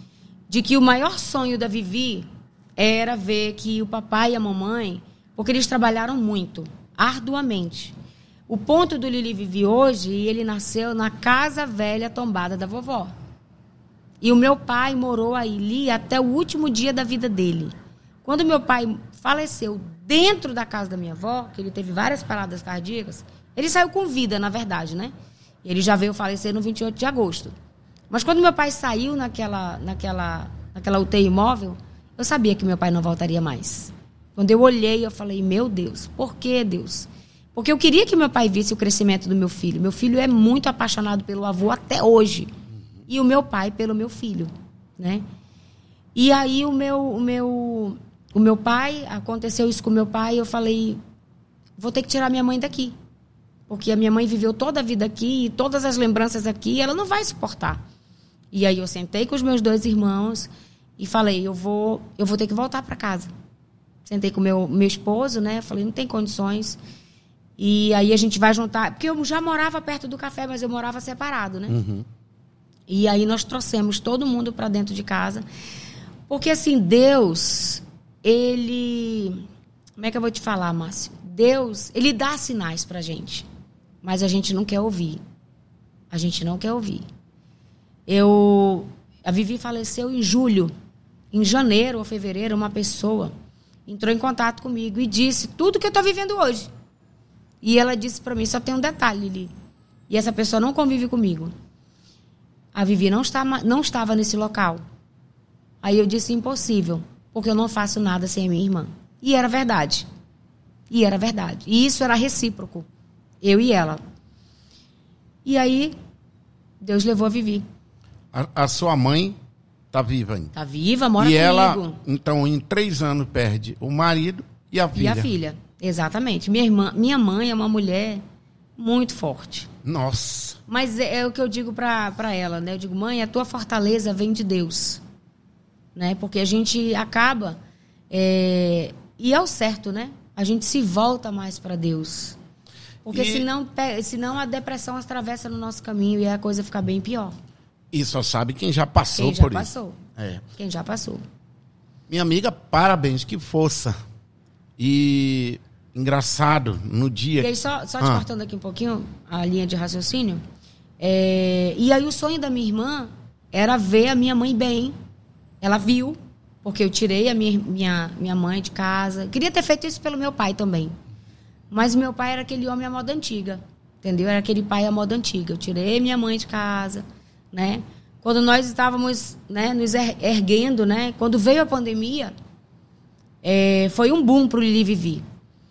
de que o maior sonho da Vivi era ver que o papai e a mamãe, porque eles trabalharam muito, arduamente. O ponto do Lili Vivi hoje, ele nasceu na casa velha tombada da vovó. E o meu pai morou ali até o último dia da vida dele. Quando meu pai faleceu dentro da casa da minha avó, que ele teve várias paradas cardíacas, ele saiu com vida, na verdade, né? Ele já veio falecer no vinte e oito de agosto. Mas quando meu pai saiu naquela, naquela, naquela U T I móvel, eu sabia que meu pai não voltaria mais. Quando eu olhei, eu falei, meu Deus, por que, Deus? Porque eu queria que meu pai visse o crescimento do meu filho. Meu filho é muito apaixonado pelo avô até hoje. E o meu pai pelo meu filho, né? E aí o meu, o meu, o meu pai, aconteceu isso com o meu pai, eu falei, vou ter que tirar minha mãe daqui. Porque a minha mãe viveu toda a vida aqui, e todas as lembranças aqui, ela não vai suportar. E aí eu sentei com os meus dois irmãos e falei, eu vou, eu vou ter que voltar para casa. Sentei com o meu, meu esposo, né? Falei, não tem condições. E aí a gente vai juntar... Porque eu já morava perto do café, mas eu morava separado, né? Uhum. E aí nós trouxemos todo mundo para dentro de casa. Porque, assim, Deus, ele... Como é que eu vou te falar, Márcio? Deus, ele dá sinais pra gente. Mas a gente não quer ouvir. A gente não quer ouvir. Eu... A Vivi faleceu em julho. Em janeiro ou fevereiro, uma pessoa entrou em contato comigo e disse tudo que eu estou vivendo hoje. E ela disse para mim, só tem um detalhe, Lili. E essa pessoa não convive comigo. A Vivi não, está, não estava nesse local. Aí eu disse, impossível, porque eu não faço nada sem a minha irmã. E era verdade. E era verdade. E isso era recíproco. Eu e ela. E aí, Deus levou a Vivi. A, a sua mãe está viva ainda. Está viva, mora e comigo. E ela, então, em três anos, perde o marido e a filha. E a filha, exatamente. Minha, irmã, minha mãe é uma mulher muito forte. Nossa. Mas é, é o que eu digo para ela, né? Eu digo, mãe, a tua fortaleza vem de Deus. Né? Porque a gente acaba... É, e é o certo, né? A gente se volta mais para Deus. Porque e... senão, senão a depressão atravessa no nosso caminho e a coisa fica bem pior. E só sabe quem já passou quem já por passou. isso. É. Quem já passou. Minha amiga, parabéns, que força. E engraçado, no dia... E aí, só, só te ah. cortando aqui um pouquinho a linha de raciocínio. É, e aí o sonho da minha irmã era ver a minha mãe bem. Ela viu, porque eu tirei a minha, minha, minha mãe de casa. Queria ter feito isso pelo meu pai também. Mas meu pai era aquele homem à moda antiga. Entendeu? Era aquele pai à moda antiga. Eu tirei minha mãe de casa... Né? Quando nós estávamos, né, nos erguendo, né? Quando veio a pandemia, é, foi um boom para o Lili Vivi.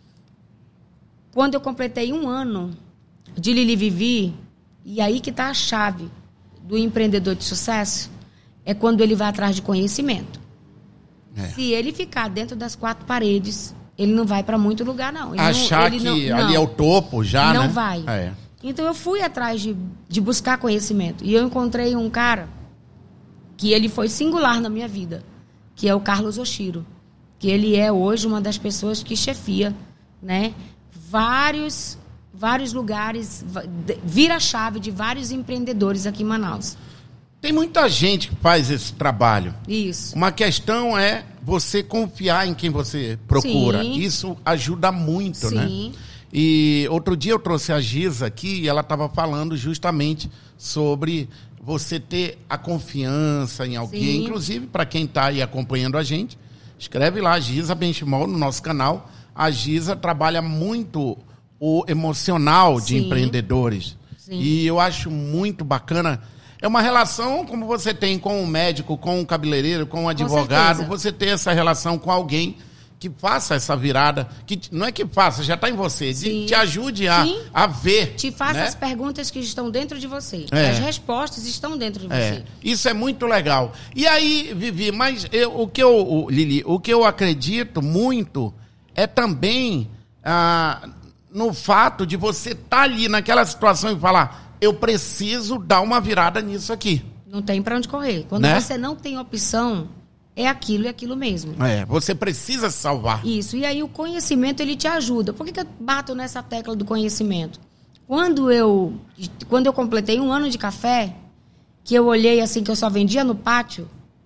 Quando eu completei um ano de Lili Vivi, e aí que está a chave do empreendedor de sucesso, é quando ele vai atrás de conhecimento. É. Se ele ficar dentro das quatro paredes, ele não vai para muito lugar, não. Ele Achar não, ele que não, ali não, é o topo já, não né? Não vai. É. Então, eu fui atrás de, de buscar conhecimento. E eu encontrei um cara que ele foi singular na minha vida, que é o Carlos Oshiro. Que ele é hoje uma das pessoas que chefia, né, vários, vários lugares, vira a chave de vários empreendedores aqui em Manaus. Tem muita gente que faz esse trabalho. Isso. Uma questão é você confiar em quem você procura. Sim. Isso ajuda muito, Sim. né? E outro dia eu trouxe a Giza aqui e ela estava falando justamente sobre você ter a confiança em alguém. Sim. Inclusive, para quem está aí acompanhando a gente, escreve lá, Giza Benchimol, no nosso canal. A Giza trabalha muito o emocional de Sim. empreendedores. Sim. E eu acho muito bacana. É uma relação como você tem com um médico, com um cabeleireiro, com um advogado. Você ter essa relação com alguém que faça essa virada, que não é que faça, já está em você, de, te ajude a, a ver. Te faça, né, as perguntas que estão dentro de você. É. As respostas estão dentro de é. você. Isso é muito legal. E aí, Vivi, mas eu, o que eu, o, Lili, o que eu acredito muito é também ah, no fato de você estar tá ali naquela situação e falar, eu preciso dar uma virada nisso aqui. Não tem para onde correr. Quando né? você não tem opção, é aquilo e aquilo mesmo. É, você precisa se salvar. Isso, e aí o conhecimento, ele te ajuda. Por que, que eu bato nessa tecla do conhecimento? Quando eu, quando eu completei um ano de café, que eu olhei assim, que eu só vendia no pátio,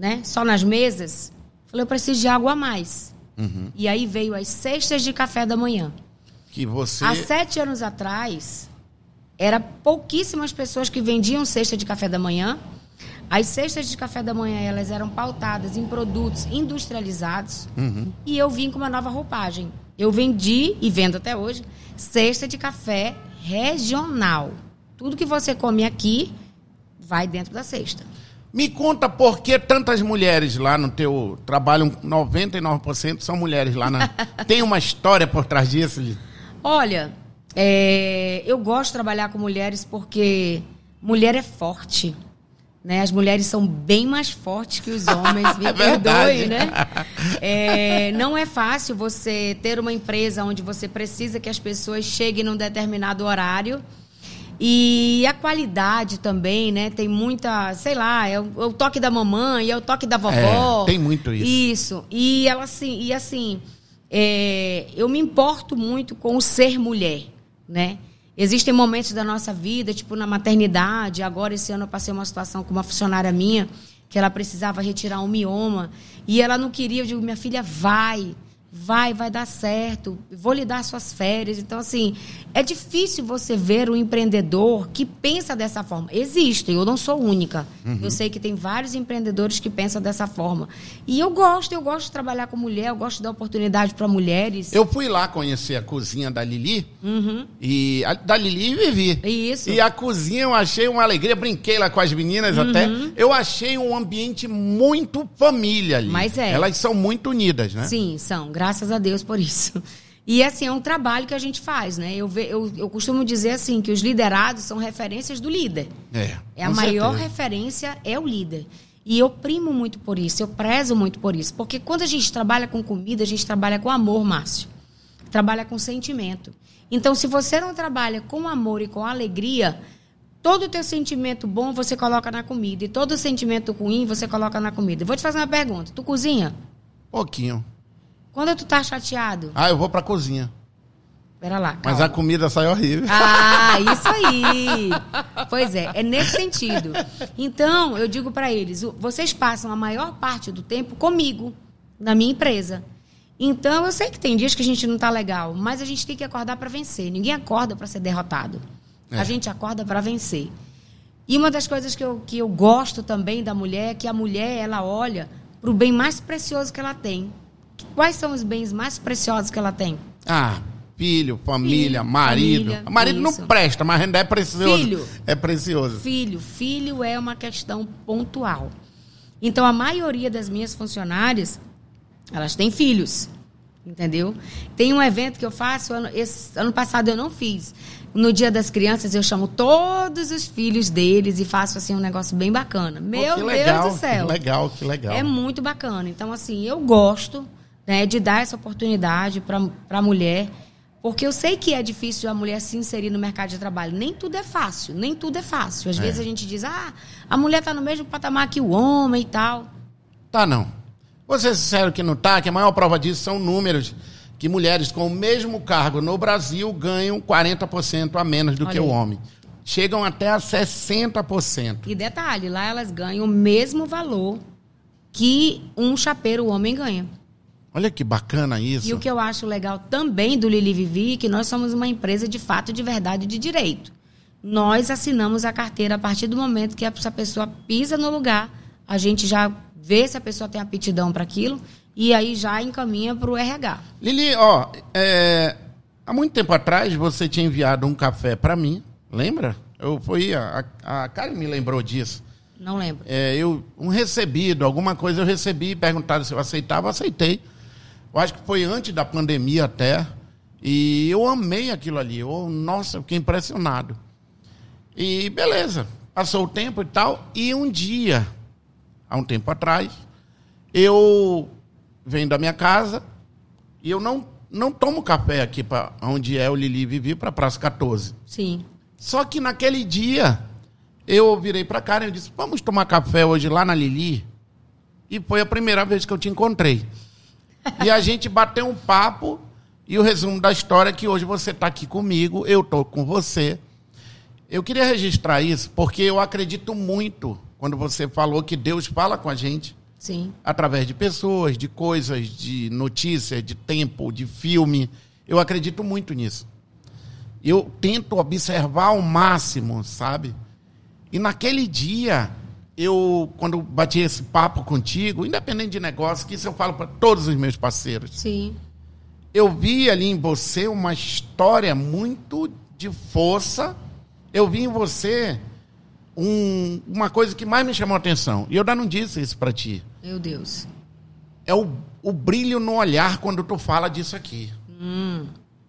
né? Só nas mesas. Falei, eu preciso de algo a mais. Uhum. E aí veio as cestas de café da manhã. Que você... Há sete anos atrás, era pouquíssimas pessoas que vendiam cesta de café da manhã. As cestas de café da manhã, elas eram pautadas em produtos industrializados. Uhum. E eu vim com uma nova roupagem. Eu vendi, e vendo até hoje, cesta de café regional. Tudo que você come aqui vai dentro da cesta. Me conta por que tantas mulheres lá no teu trabalho, noventa e nove por cento são mulheres lá. Na... Tem uma história por trás disso, Lili? Olha, é, eu gosto de trabalhar com mulheres porque mulher é forte, né? As mulheres são bem mais fortes que os homens, me é perdoe, né? É, não é fácil você ter uma empresa onde você precisa que as pessoas cheguem num determinado horário. E a qualidade também, né? Tem muita, sei lá, é o, é o toque da mamãe, é o toque da vovó. É, tem muito isso. Isso. E ela assim, e assim, é, eu me importo muito com o ser mulher, né? Existem momentos da nossa vida, tipo na maternidade. Agora, esse ano, eu passei uma situação com uma funcionária minha, que ela precisava retirar um mioma. E ela não queria, eu digo, minha filha, vai... Vai, vai dar certo, vou lhe dar suas férias. Então, assim, é difícil você ver um empreendedor que pensa dessa forma. Existe, eu não sou única. Uhum. Eu sei que tem vários empreendedores que pensam dessa forma. E eu gosto, eu gosto de trabalhar com mulher, eu gosto de dar oportunidade para mulheres. Eu fui lá conhecer a cozinha da Lili, uhum. e a, da Lili e Vivi. Isso. E a cozinha eu achei uma alegria, brinquei lá com as meninas uhum. até. Eu achei um ambiente muito família ali. Mas é. Elas são muito unidas, né? Sim, são. Graças a Deus por isso. E, assim, é um trabalho que a gente faz, né? Eu, ve, eu, eu costumo dizer, assim, que os liderados são referências do líder. É, é a maior referência é o líder. E eu primo muito por isso, eu prezo muito por isso. Porque quando a gente trabalha com comida, a gente trabalha com amor, Márcio. Trabalha com sentimento. Então, se você não trabalha com amor e com alegria, todo o teu sentimento bom você coloca na comida. E todo o sentimento ruim você coloca na comida. Vou te fazer uma pergunta. Tu cozinha? Pouquinho. Quando tu tá chateado? Ah, eu vou pra cozinha. Pera lá, calma. Mas a comida sai horrível. Ah, isso aí. Pois é, é nesse sentido. Então, eu digo pra eles, vocês passam a maior parte do tempo comigo, na minha empresa. Então, eu sei que tem dias que a gente não tá legal, mas a gente tem que acordar pra vencer. Ninguém acorda pra ser derrotado. É. A gente acorda pra vencer. E uma das coisas que eu, que eu gosto também da mulher é que a mulher, ela olha pro bem mais precioso que ela tem. Quais são os bens mais preciosos que ela tem? Ah, filho, família, filho, marido. família, marido isso. Não presta, mas ainda é precioso. Filho. É precioso. Filho. Filho é uma questão pontual. Então, a maioria das minhas funcionárias, elas têm filhos. Entendeu? Tem um evento que eu faço, ano, esse, ano passado eu não fiz. No Dia das Crianças, eu chamo todos os filhos deles e faço assim um negócio bem bacana. Meu Pô, legal, Deus do céu. Que legal, que legal. É muito bacana. Então, assim, eu gosto, né, de dar essa oportunidade para a mulher, porque eu sei que é difícil a mulher se inserir no mercado de trabalho. Nem tudo é fácil, nem tudo é fácil. Às é. vezes a gente diz, ah, a mulher está no mesmo patamar que o homem e tal. Tá, não. Vou ser sincero que não tá, que a maior prova disso são números que mulheres com o mesmo cargo no Brasil ganham quarenta por cento a menos do Olha que aí. O homem. Chegam até a sessenta por cento. E detalhe, lá elas ganham o mesmo valor que um chapeiro homem ganha. Olha que bacana isso. E o que eu acho legal também do Lili Vivi é que nós somos uma empresa de fato, de verdade, de direito. Nós assinamos a carteira a partir do momento que essa pessoa pisa no lugar, a gente já vê se a pessoa tem aptidão para aquilo e aí já encaminha para o R H. Lili, ó, é, há muito tempo atrás você tinha enviado um café para mim, lembra? Eu fui, a, a Karen me lembrou disso. Não lembro. É, eu, um recebido, alguma coisa eu recebi, perguntaram se eu aceitava, eu aceitei. Eu acho que foi antes da pandemia até, e eu amei aquilo ali. Eu, nossa, eu fiquei impressionado. E beleza, passou o tempo e tal, e um dia, há um tempo atrás, eu venho da minha casa e eu não, não tomo café aqui para onde é o Lili Vivi, para a Praça quatorze. Sim. Só que naquele dia, eu virei para cá e disse, vamos tomar café hoje lá na Lili? E foi a primeira vez que eu te encontrei. E a gente bateu um papo e o resumo da história é que hoje você está aqui comigo, eu estou com você. Eu queria registrar isso porque eu acredito muito quando você falou que Deus fala com a gente. Sim. Através de pessoas, de coisas, de notícias, de tempo, de filme. Eu acredito muito nisso. Eu tento observar ao máximo, sabe? E naquele dia, eu, quando bati esse papo contigo, independente de negócio, que isso eu falo para todos os meus parceiros. Sim. Eu vi ali em você uma história muito de força. Eu vi em você um, uma coisa que mais me chamou a atenção. E eu ainda não disse isso para ti. Meu Deus. É o, o brilho no olhar quando tu fala disso aqui. Hum.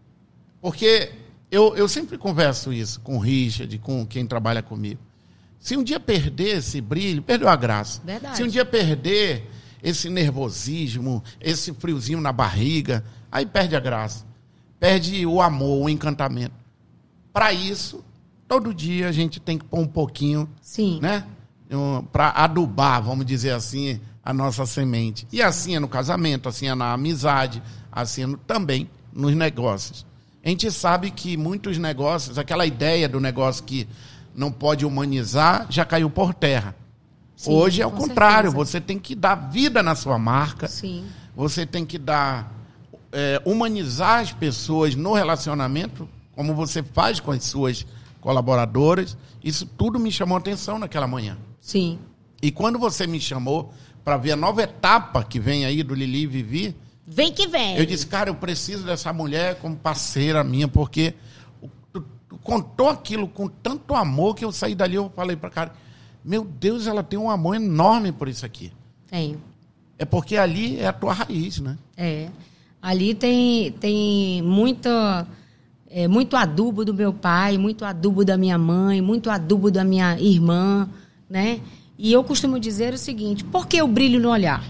Porque eu, eu sempre converso isso com o Richard, com quem trabalha comigo. Se um dia perder esse brilho, perdeu a graça. Verdade. Se um dia perder esse nervosismo, esse friozinho na barriga, aí perde a graça. Perde o amor, o encantamento. Para isso, todo dia a gente tem que pôr um pouquinho, Sim. né? Um, para adubar, vamos dizer assim, a nossa semente. E assim é no casamento, assim é na amizade, assim é no, também nos negócios. A gente sabe que muitos negócios, aquela ideia do negócio que não pode humanizar, já caiu por terra. Sim, hoje é o contrário, certeza. Você tem que dar vida na sua marca. Sim. Você tem que dar, é, humanizar as pessoas no relacionamento, como você faz com as suas colaboradoras. Isso tudo me chamou a atenção naquela manhã. Sim. E quando você me chamou para ver a nova etapa que vem aí do Lili e Vivi, vem que vem. Eu disse, cara, eu preciso dessa mulher como parceira minha, porque tu, tu contou aquilo com tanto amor que eu saí dali e eu falei para cara, meu Deus, ela tem um amor enorme por isso aqui. Tenho. É porque ali é a tua raiz, né? É. Ali tem, tem muita, é, muito adubo do meu pai, muito adubo da minha mãe, muito adubo da minha irmã, né? E eu costumo dizer o seguinte, por que o brilho no olhar?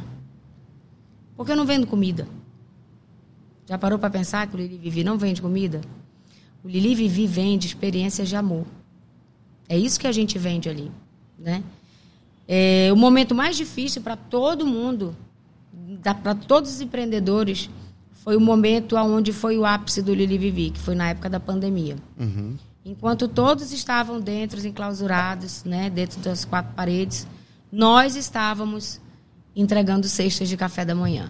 Porque eu não vendo comida. Já parou para pensar que o Lili Vivi não vende comida? O Lili Vivi vende experiências de amor. É isso que a gente vende ali, né? É, o momento mais difícil para todo mundo, para todos os empreendedores, foi o momento onde foi o ápice do Lili Vivi, que foi na época da pandemia. Uhum. Enquanto todos estavam dentro, enclausurados, né, dentro das quatro paredes, nós estávamos entregando cestas de café da manhã.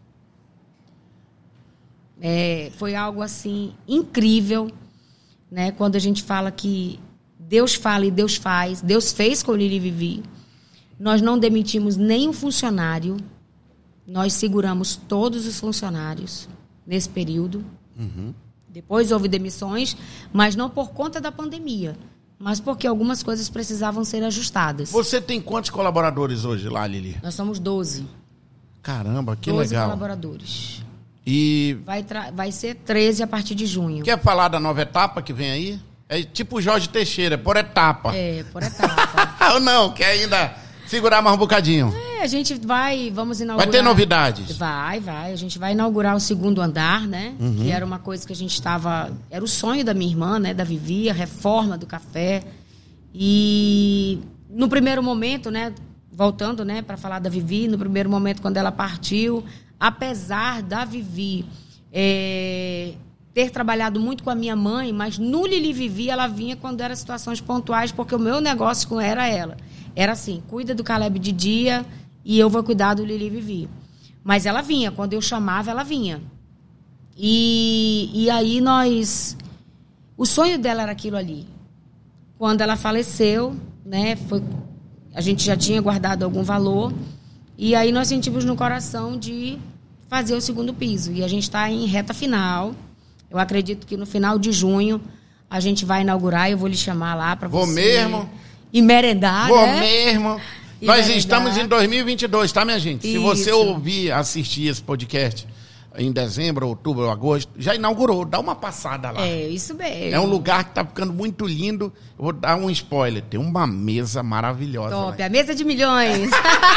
É, foi algo assim incrível, né, quando a gente fala que Deus fala e Deus faz, Deus fez com o Lili Vivi. Nós não demitimos nenhum funcionário, nós seguramos todos os funcionários nesse período. Uhum. Depois houve demissões, mas não por conta da pandemia, mas porque algumas coisas precisavam ser ajustadas. Você tem quantos colaboradores hoje lá, Lili? Nós somos doze. Caramba, que doze legal. colaboradores. E vai, tra- vai ser treze a partir de junho. Quer falar da nova etapa que vem aí? É tipo Jorge Teixeira, por etapa. É, por etapa. Ou não, quer ainda segurar mais um bocadinho? É, a gente vai, vamos inaugurar... Vai ter novidades? Vai, vai. A gente vai inaugurar o segundo andar, né? Uhum. Que era uma coisa que a gente estava... Era o sonho da minha irmã, né? Da Vivi, a reforma do café. E no primeiro momento, né? Voltando, né? Para falar da Vivi, no primeiro momento, quando ela partiu, apesar da Vivi é, ter trabalhado muito com a minha mãe, mas no Lili Vivi ela vinha quando eram situações pontuais, porque o meu negócio com era ela. Era assim, cuida do Caleb de dia e eu vou cuidar do Lili Vivi. Mas ela vinha, quando eu chamava, ela vinha. E, e aí nós... O sonho dela era aquilo ali. Quando ela faleceu, né, foi, a gente já tinha guardado algum valor, e aí nós sentimos no coração de fazer o segundo piso. E a gente está em reta final. Eu acredito que no final de junho a gente vai inaugurar, eu vou lhe chamar lá para você... Vou mesmo... E merendar, Vou né? mesmo. E Nós merendar. estamos em dois mil e vinte e dois, tá, minha gente? Isso. Se você ouvir, assistir esse podcast em dezembro, outubro, agosto, já inaugurou. Dá uma passada lá. É, isso mesmo. É um lugar que tá ficando muito lindo. Eu vou dar um spoiler. Tem uma mesa maravilhosa. Top, lá. a mesa de milhões.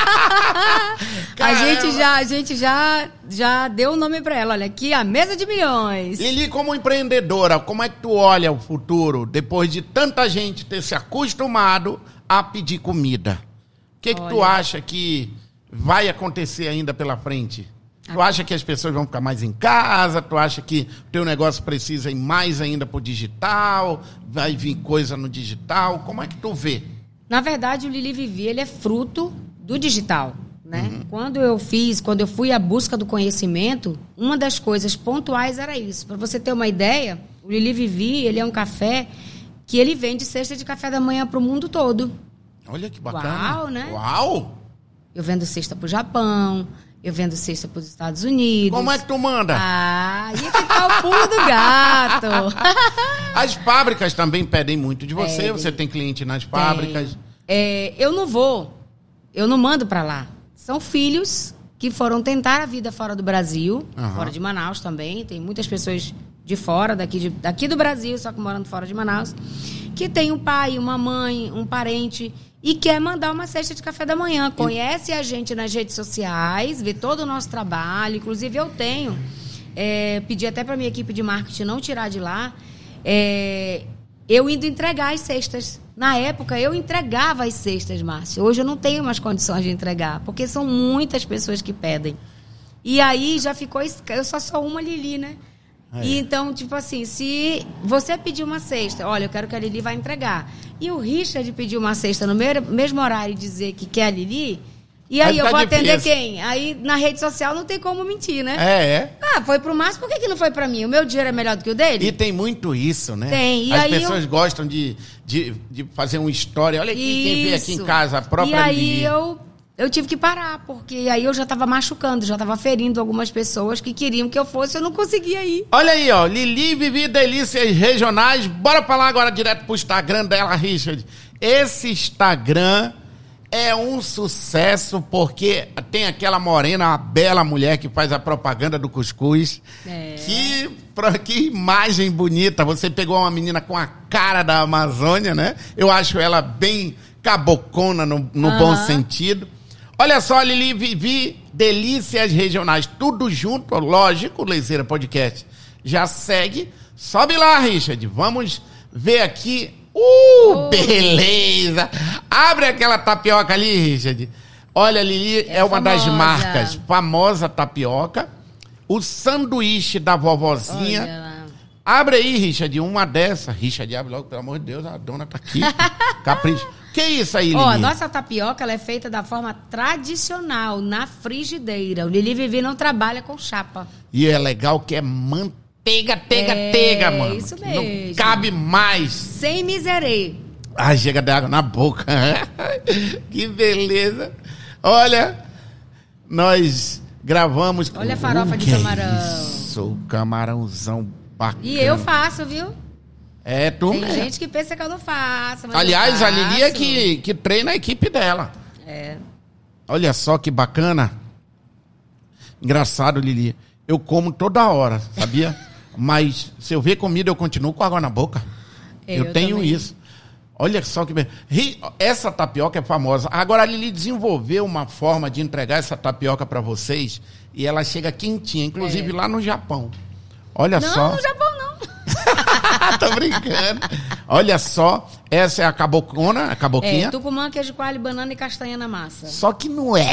a gente, já, a gente já, já deu o nome para ela. Olha, aqui a mesa de milhões. Lili, como empreendedora, como é que tu olha o futuro depois de tanta gente ter se acostumado a pedir comida? O que, que tu acha que vai acontecer ainda pela frente? Tu acha que as pessoas vão ficar mais em casa? Tu acha que o teu negócio precisa ir mais ainda pro digital? Vai vir coisa no digital? Como é que tu vê? Na verdade, o Lili Vivi, ele é fruto do digital. né? Uhum. Quando eu fiz, quando eu fui à busca do conhecimento, uma das coisas pontuais era isso. Para você ter uma ideia, o Lili Vivi, ele é um café que ele vende cesta de café da manhã para o mundo todo. Olha que bacana. Uau, né? Uau! Eu vendo cesta para o Japão, eu vendo cesta para os Estados Unidos. Como é que tu manda? Ah, e que tá o pulo do gato. As fábricas também pedem muito de você. Pedem. Você tem cliente nas fábricas. É, eu não vou, eu não mando para lá. São filhos que foram tentar a vida fora do Brasil, uhum. fora de Manaus também. Tem muitas pessoas de fora, daqui, de, daqui do Brasil, só que morando fora de Manaus, que tem um pai, uma mãe, um parente e quer mandar uma cesta de café da manhã. Conhece a gente nas redes sociais, vê todo o nosso trabalho. Inclusive, eu tenho, é, pedi até para a minha equipe de marketing não tirar de lá, é, eu indo entregar as cestas. Na época, eu entregava as cestas, Márcio. Hoje eu não tenho mais condições de entregar, porque são muitas pessoas que pedem. E aí já ficou... Eu só sou uma Lili, né? É. E então, tipo assim, se você pedir uma cesta, olha, eu quero que a Lili vá entregar. E o Richard pedir uma cesta no mesmo horário e dizer que quer a Lili... E aí, aí eu tá vou atender difícil. Quem? Aí na rede social não tem como mentir, né? É, é. Ah, foi pro Márcio, por que, que não foi pra mim? O meu dinheiro é melhor do que o dele? E tem muito isso, né? Tem. E As aí pessoas eu... gostam de, de, de fazer uma história. Olha aqui, isso. Quem vê aqui em casa, a própria E aí Lili. eu, eu tive que parar, porque aí eu já tava machucando, já tava ferindo algumas pessoas que queriam que eu fosse, eu não conseguia ir. Olha aí, ó, Lili Vivi Delícias Regionais. Bora falar agora direto pro Instagram dela, Richard. Esse Instagram... é um sucesso porque tem aquela morena, uma bela mulher que faz a propaganda do cuscuz. É. Que, que imagem bonita. Você pegou uma menina com a cara da Amazônia, né? Eu acho ela bem cabocona no, no uhum. bom sentido. Olha só, Lili Vivi Delícias Regionais. Tudo junto, lógico, Lezeira Podcast. Já segue. Sobe lá, Richard. Vamos ver aqui... Uh, oh. Beleza! Abre aquela tapioca ali, Richard. Olha, Lili, é, é uma famosa. Das marcas. Famosa tapioca. O sanduíche da vovozinha. Olha. Abre aí, Richard, uma dessa. Richard, abre logo, pelo amor de Deus, a dona tá aqui. Capricho. Que isso aí, Lili? Ó, a nossa tapioca, ela é feita da forma tradicional, na frigideira. O Lili Vivi não trabalha com chapa. E é legal que é manteiga. Tega, tega, é, tega, mano. Isso mesmo. Não cabe mais. Sem miserê. Ai, chega de água na boca. Que beleza. Olha, nós gravamos... Olha a farofa uh, de camarão. Isso, camarãozão bacana. E eu faço, viu? É, tu Tem mesmo. gente que pensa que eu não faço, mas aliás, eu a Lili é que, que treina a equipe dela. É. Olha só que bacana. Engraçado, Lili. Eu como toda hora, sabia? Mas se eu ver comida, eu continuo com água na boca. É, eu, eu tenho também. Isso. Olha só que... Essa tapioca é famosa. Agora, a Lili desenvolveu uma forma de entregar essa tapioca para vocês e ela chega quentinha, inclusive é. Lá no Japão. Olha não, só. Não, no Japão não. Tô brincando. Olha só, essa é a cabocona, a caboquinha. É, tucumã, queijo coalho, banana e castanha na massa. Só que não é,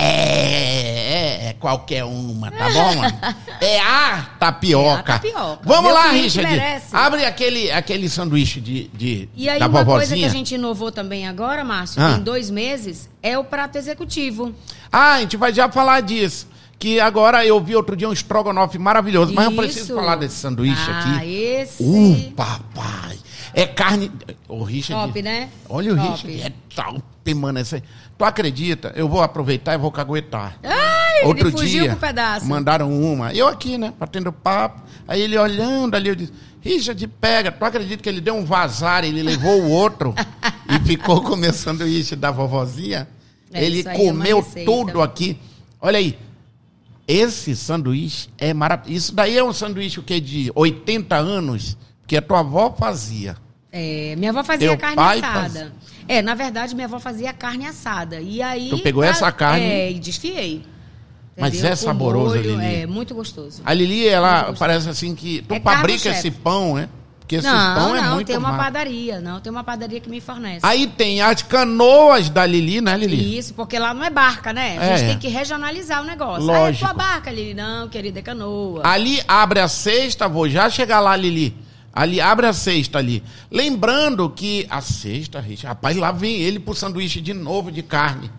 é, é qualquer uma, tá bom, mano? É a tapioca. É a tapioca. Vamos Meu lá, Richard. Merece. Abre aquele, aquele sanduíche de, de, e aí, da uma vovozinha. Coisa que a gente inovou também agora, Márcio, ah. Tem dois meses, é o prato executivo. Ah, a gente vai já falar disso. Que agora eu vi outro dia um estrogonofe maravilhoso. Mas Isso. eu preciso falar desse sanduíche ah, aqui. Ah, esse... Uh, papai. É carne... O Richard... Top, né? Olha o Top. Richard. É top, mano. Essa... Tu acredita? Eu vou aproveitar e vou caguetar. Ai, outro ele fugiu dia, com um pedaço. Mandaram uma. Eu aqui, né? Batendo papo. Aí ele olhando ali, eu disse... Richard, pega. Tu acredita que ele deu um vazar, ele levou o outro e ficou comendo o sanduíche da vovozinha? É, ele comeu é tudo aqui. Olha aí. Esse sanduíche é maravilhoso. Isso daí é um sanduíche o quê? De oitenta anos, que a tua avó fazia. É, minha avó fazia Teu carne assada. Faz... É, na verdade, minha avó fazia carne assada. E aí... Tu pegou a... essa carne... É, e desfiei. Mas entendeu? É saboroso, molho, Lili. É, muito gostoso. A Lili, ela parece assim que... Tu é fabrica esse pão, né? Porque esse não, pão é não, muito tem uma má. padaria. Não, tem uma padaria que me fornece. Aí tem as canoas da Lili, né, Lili? Isso, porque lá não é barca, né? A gente é. tem que regionalizar o negócio. Lógico. Ah, é tua barca, Lili? Não, querida, é canoa. Ali abre a cesta, vou já chegar lá, Lili. Ali, abre a cesta ali. Lembrando que a cesta, rapaz, lá vem ele pro sanduíche de novo de carne.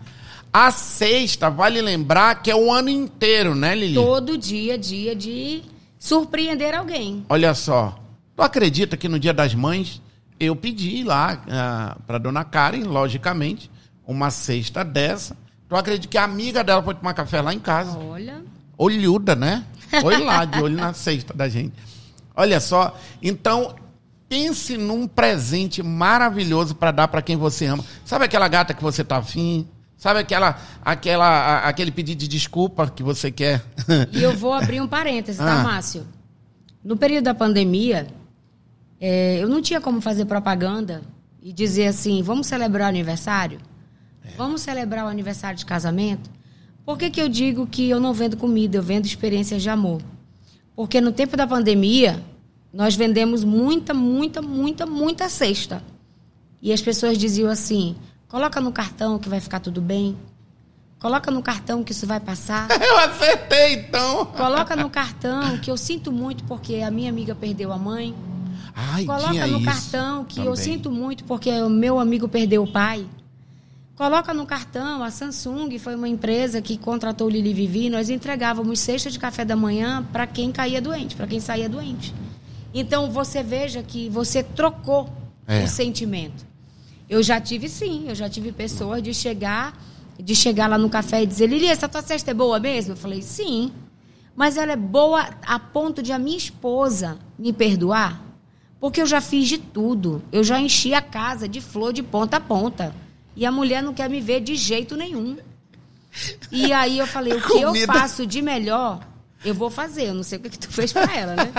A sexta, vale lembrar que é o ano inteiro, né, Lili? Todo dia, dia de surpreender alguém. Olha só, tu acredita que no Dia das Mães eu pedi lá uh, pra dona Karen, logicamente, uma cesta dessa. Tu acredita que a amiga dela foi tomar café lá em casa? Olha. Olhuda, né? Foi lá, de olho na cesta da gente. Olha só, então, pense num presente maravilhoso para dar para quem você ama. Sabe aquela gata que você tá afim? Sabe aquela, aquela, a, aquele pedido de desculpa que você quer? E eu vou abrir um parêntese, tá, Ah. Márcio? No período da pandemia, é, eu não tinha como fazer propaganda e dizer assim, vamos celebrar o aniversário? É. Vamos celebrar o aniversário de casamento? Por que que eu digo que eu não vendo comida, eu vendo experiências de amor? Porque no tempo da pandemia, nós vendemos muita, muita, muita, muita cesta. E as pessoas diziam assim, coloca no cartão que vai ficar tudo bem. Coloca no cartão que isso vai passar. Eu acertei, então. Coloca no cartão que eu sinto muito porque a minha amiga perdeu a mãe. Ai, Coloca tinha no isso cartão que também. eu sinto muito porque o meu amigo perdeu o pai. Coloca no cartão, a Samsung foi uma empresa que contratou o Lili Vivi, nós entregávamos cesta de café da manhã para quem caía doente, para quem saía doente. Então, você veja que você trocou É. o sentimento. Eu já tive, sim, eu já tive pessoas de chegar, de chegar lá no café e dizer, Lili, essa tua cesta é boa mesmo? Eu falei, sim. Mas ela é boa a ponto de a minha esposa me perdoar? Porque eu já fiz de tudo. Eu já enchi a casa de flor de ponta a ponta. E a mulher não quer me ver de jeito nenhum. E aí eu falei, o que eu Comida. faço de melhor, eu vou fazer. Eu não sei o que, que tu fez pra ela, né?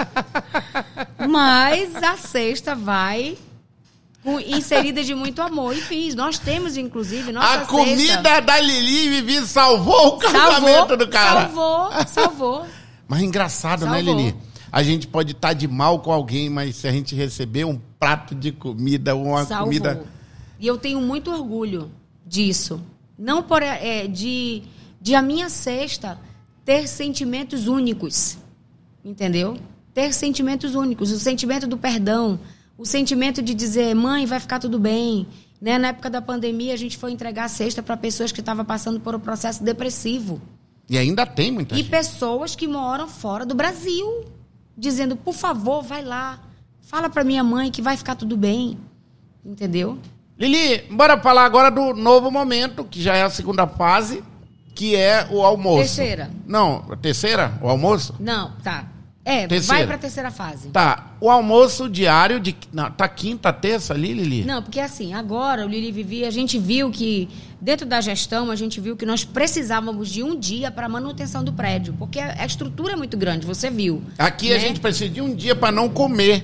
Mas a cesta vai com- inserida de muito amor. E fiz. Nós temos, inclusive, nossa A comida cesta. da Lili Vivi salvou o casamento Salvou, do cara. salvou, salvou. Mas engraçado, né, Salvou. Lili? A gente pode estar de mal com alguém, mas se a gente receber um prato de comida, uma Salvou. comida... E eu tenho muito orgulho disso. Não por é, de, de a minha cesta ter sentimentos únicos. Entendeu? Ter sentimentos únicos. O sentimento do perdão. O sentimento de dizer, mãe, vai ficar tudo bem. Né? Na época da pandemia, a gente foi entregar a cesta para pessoas que estavam passando por um processo depressivo. E ainda tem muita E gente. pessoas que moram fora do Brasil. Dizendo, por favor, vai lá. Fala para minha mãe que vai ficar tudo bem. Entendeu? Lili, bora falar agora do novo momento, que já é a segunda fase, que é o almoço. Terceira. Não, a terceira? O almoço? Não, tá. É, Terceira. vai pra terceira fase. Tá, o almoço diário de... Não, tá quinta, terça ali, Lili? Não, porque assim, agora o Lili Vivi, a gente viu que, dentro da gestão, a gente viu que nós precisávamos de um dia para manutenção do prédio, porque a, a estrutura é muito grande, você viu. Aqui né? a gente precisa de um dia para não comer.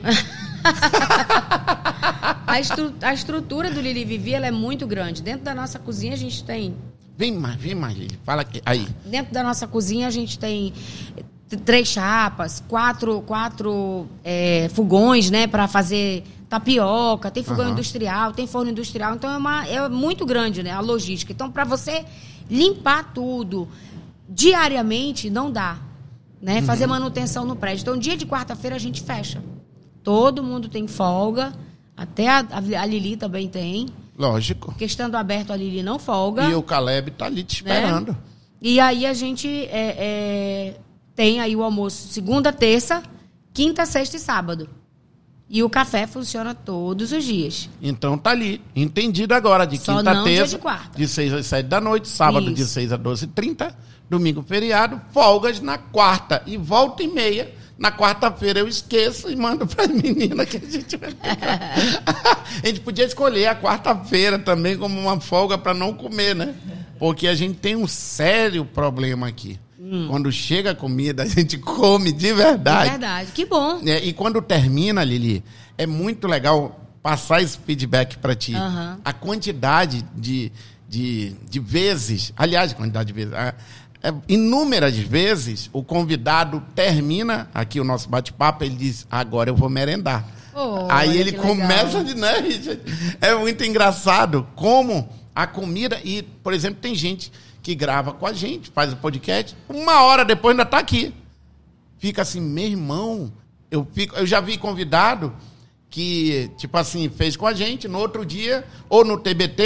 A, estru, a estrutura do Lili Vivi, ela é muito grande. Dentro da nossa cozinha, a gente tem... Vem mais, vem mais, Lili. Fala aqui. Aí. Dentro da nossa cozinha, a gente tem t- três chapas, quatro, quatro é, fogões, né, para fazer tapioca, tem fogão Aham. industrial, tem forno industrial. Então, é, uma, é muito grande, né, a logística. Então, para você limpar tudo diariamente, não dá. Né? Uhum. Fazer manutenção no prédio. Então, dia de quarta-feira, a gente fecha. Todo mundo tem folga, até a, a, a Lili também tem. Lógico. Porque estando aberto, a Lili não folga. E o Caleb tá ali te né? esperando. E aí a gente é, é, tem aí o almoço segunda, terça, quinta, sexta e sábado. E o café funciona todos os dias. Então tá ali. Entendido agora. De Só quinta a não dia terça. de quarta. De seis às sete da noite. Sábado Isso. de seis a doze e trinta. Domingo feriado. Folgas na quarta. E volta e meia. Na quarta-feira eu esqueço e mando para as meninas que a gente vai pegar. A gente podia escolher a quarta-feira também como uma folga para não comer, né? Porque a gente tem um sério problema aqui. Hum. Quando chega a comida, a gente come de verdade. De verdade. Que bom. É, e quando termina, Lili, é muito legal passar esse feedback para ti. Uhum. A quantidade de, de, de vezes, aliás, a quantidade de vezes... A, É, inúmeras vezes o convidado termina aqui o nosso bate-papo, ele diz, agora eu vou merendar. Oh, aí ele que começa legal. de, né, Richard? É muito engraçado como a comida, e, por exemplo, tem gente que grava com a gente, faz o podcast, uma hora depois ainda está aqui. Fica assim, meu irmão, eu, fico, eu já vi convidado que, tipo assim, fez com a gente no outro dia, ou no T B T,